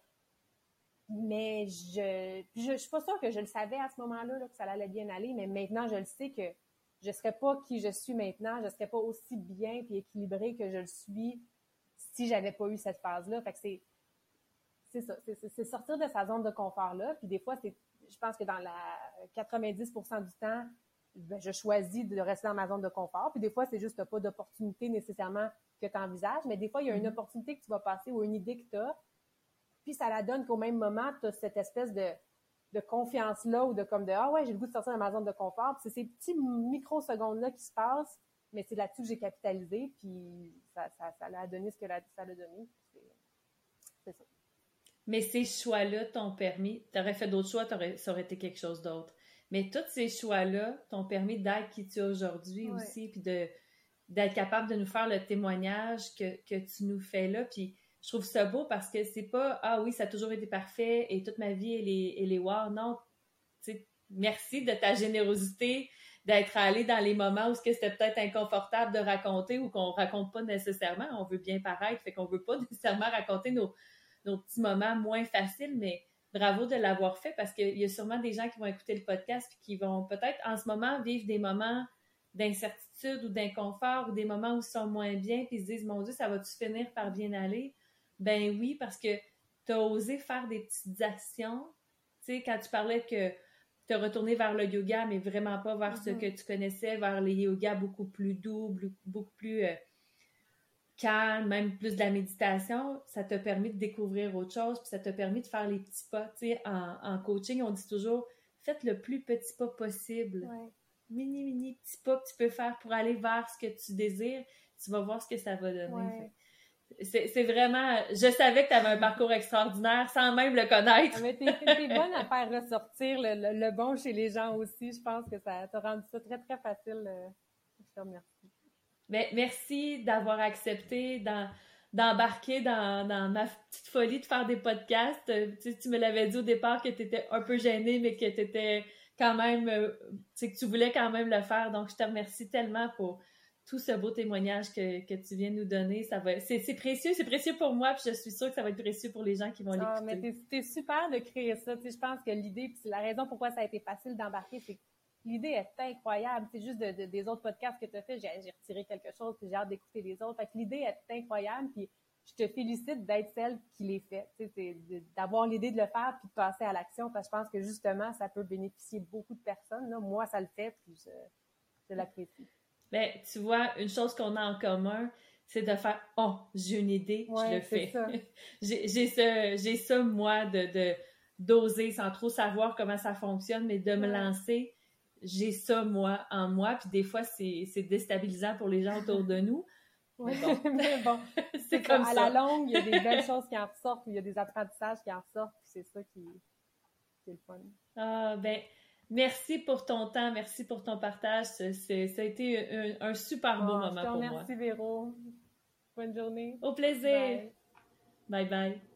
Mais je, je, je suis pas sûre que je le savais à ce moment-là, là, que ça allait bien aller, mais maintenant, je le sais que je serais pas qui je suis maintenant, je serais pas aussi bien et équilibrée que je le suis si j'avais pas eu cette phase-là. Fait que c'est, c'est ça, c'est, c'est, c'est sortir de sa zone de confort-là. Puis des fois, c'est, je pense que dans la quatre-vingt-dix pour cent du temps, ben, je choisis de rester dans ma zone de confort. Puis des fois, c'est juste t'as pas d'opportunité nécessairement que tu envisages, mais des fois, il y a une opportunité que tu vas passer ou une idée que tu as. Puis ça la donne qu'au même moment, tu as cette espèce de de confiance-là ou de comme de « Ah ouais, j'ai le goût de sortir de ma zone de confort ». Puis c'est ces petits microsecondes-là qui se passent, mais c'est là-dessus que j'ai capitalisé, puis ça, ça, ça a donné ce que ça a donné. C'est, c'est ça. Mais ces choix-là t'ont permis, t'aurais fait d'autres choix, t'aurais, ça aurait été quelque chose d'autre. Mais tous ces choix-là t'ont permis d'être qui tu es aujourd'hui ouais. aussi, puis de, d'être capable de nous faire le témoignage que, que tu nous fais là, puis je trouve ça beau parce que c'est pas « Ah oui, ça a toujours été parfait et toute ma vie, elle est, elle est wow ». Non, tu sais, merci de ta générosité d'être allé dans les moments où c'était peut-être inconfortable de raconter ou qu'on raconte pas nécessairement. On veut bien paraître, fait qu'on veut pas nécessairement raconter nos, nos petits moments moins faciles, mais bravo de l'avoir fait parce qu'il y a sûrement des gens qui vont écouter le podcast et qui vont peut-être en ce moment vivre des moments d'incertitude ou d'inconfort ou des moments où ils sont moins bien puis ils se disent « Mon Dieu, ça va-tu finir par bien aller? » Ben oui, parce que tu as osé faire des petites actions. Tu sais, quand tu parlais que tu as retourné vers le yoga, mais vraiment pas vers mm-hmm. ce que tu connaissais, vers les yogas beaucoup plus doux, beaucoup plus euh, calmes, même plus de la méditation, ça t'a permis de découvrir autre chose, puis ça t'a permis de faire les petits pas. Tu sais, en, en coaching, on dit toujours, faites le plus petit pas possible. Ouais. Mini, mini petit pas que tu peux faire pour aller vers ce que tu désires. Tu vas voir ce que ça va donner. Ouais. C'est, c'est vraiment... Je savais que tu avais un parcours extraordinaire sans même le connaître. Ah, mais t'es, t'es bonne à faire ressortir le, le, le bon chez les gens aussi. Je pense que ça t'a rendu ça très, très facile. Je te remercie. Ben, merci d'avoir accepté dans, d'embarquer dans, dans ma petite folie de faire des podcasts. Euh, tu sais, tu me l'avais dit au départ que tu étais un peu gênée, mais que tu étais quand même, euh, tu sais, que tu voulais quand même le faire. Donc, je te remercie tellement pour tout ce beau témoignage que, que tu viens nous donner. Ça va, c'est, c'est précieux, c'est précieux pour moi, puis je suis sûre que ça va être précieux pour les gens qui vont l'écouter. Ah, mais t'es, t'es super de créer ça. Tu sais, je pense que l'idée, puis c'est la raison pourquoi ça a été facile d'embarquer, c'est que l'idée est incroyable. C'est juste de, de, des autres podcasts que tu as fait, j'ai, j'ai retiré quelque chose, puis j'ai hâte d'écouter les autres. Fait que l'idée est incroyable, puis je te félicite d'être celle qui l'ait fait. Tu sais, c'est de, d'avoir l'idée de le faire, puis de passer à l'action, parce que je pense que justement, ça peut bénéficier beaucoup de personnes. Là. Moi, ça le fait, puis je, je l'apprécie. Ben, tu vois, une chose qu'on a en commun, c'est de faire « Oh, j'ai une idée, ouais, je le fais. » Ça. j'ai, j'ai, ça, j'ai ça, moi, de, de d'oser sans trop savoir comment ça fonctionne, mais de me ouais. lancer. J'ai ça, moi, en moi. Puis des fois, c'est, c'est déstabilisant pour les gens autour de nous. Oui, mais bon, mais bon c'est, c'est comme ça. À la longue, il y a des belles choses qui en ressortent, il y a des apprentissages qui en ressortent, puis c'est ça qui, qui est le fun. Ah, ben... Merci pour ton temps, merci pour ton partage. C'est, c'est, ça a été un, un super beau oh, moment pour moi. Merci Véro. Bonne journée. Au plaisir. Bye bye. bye.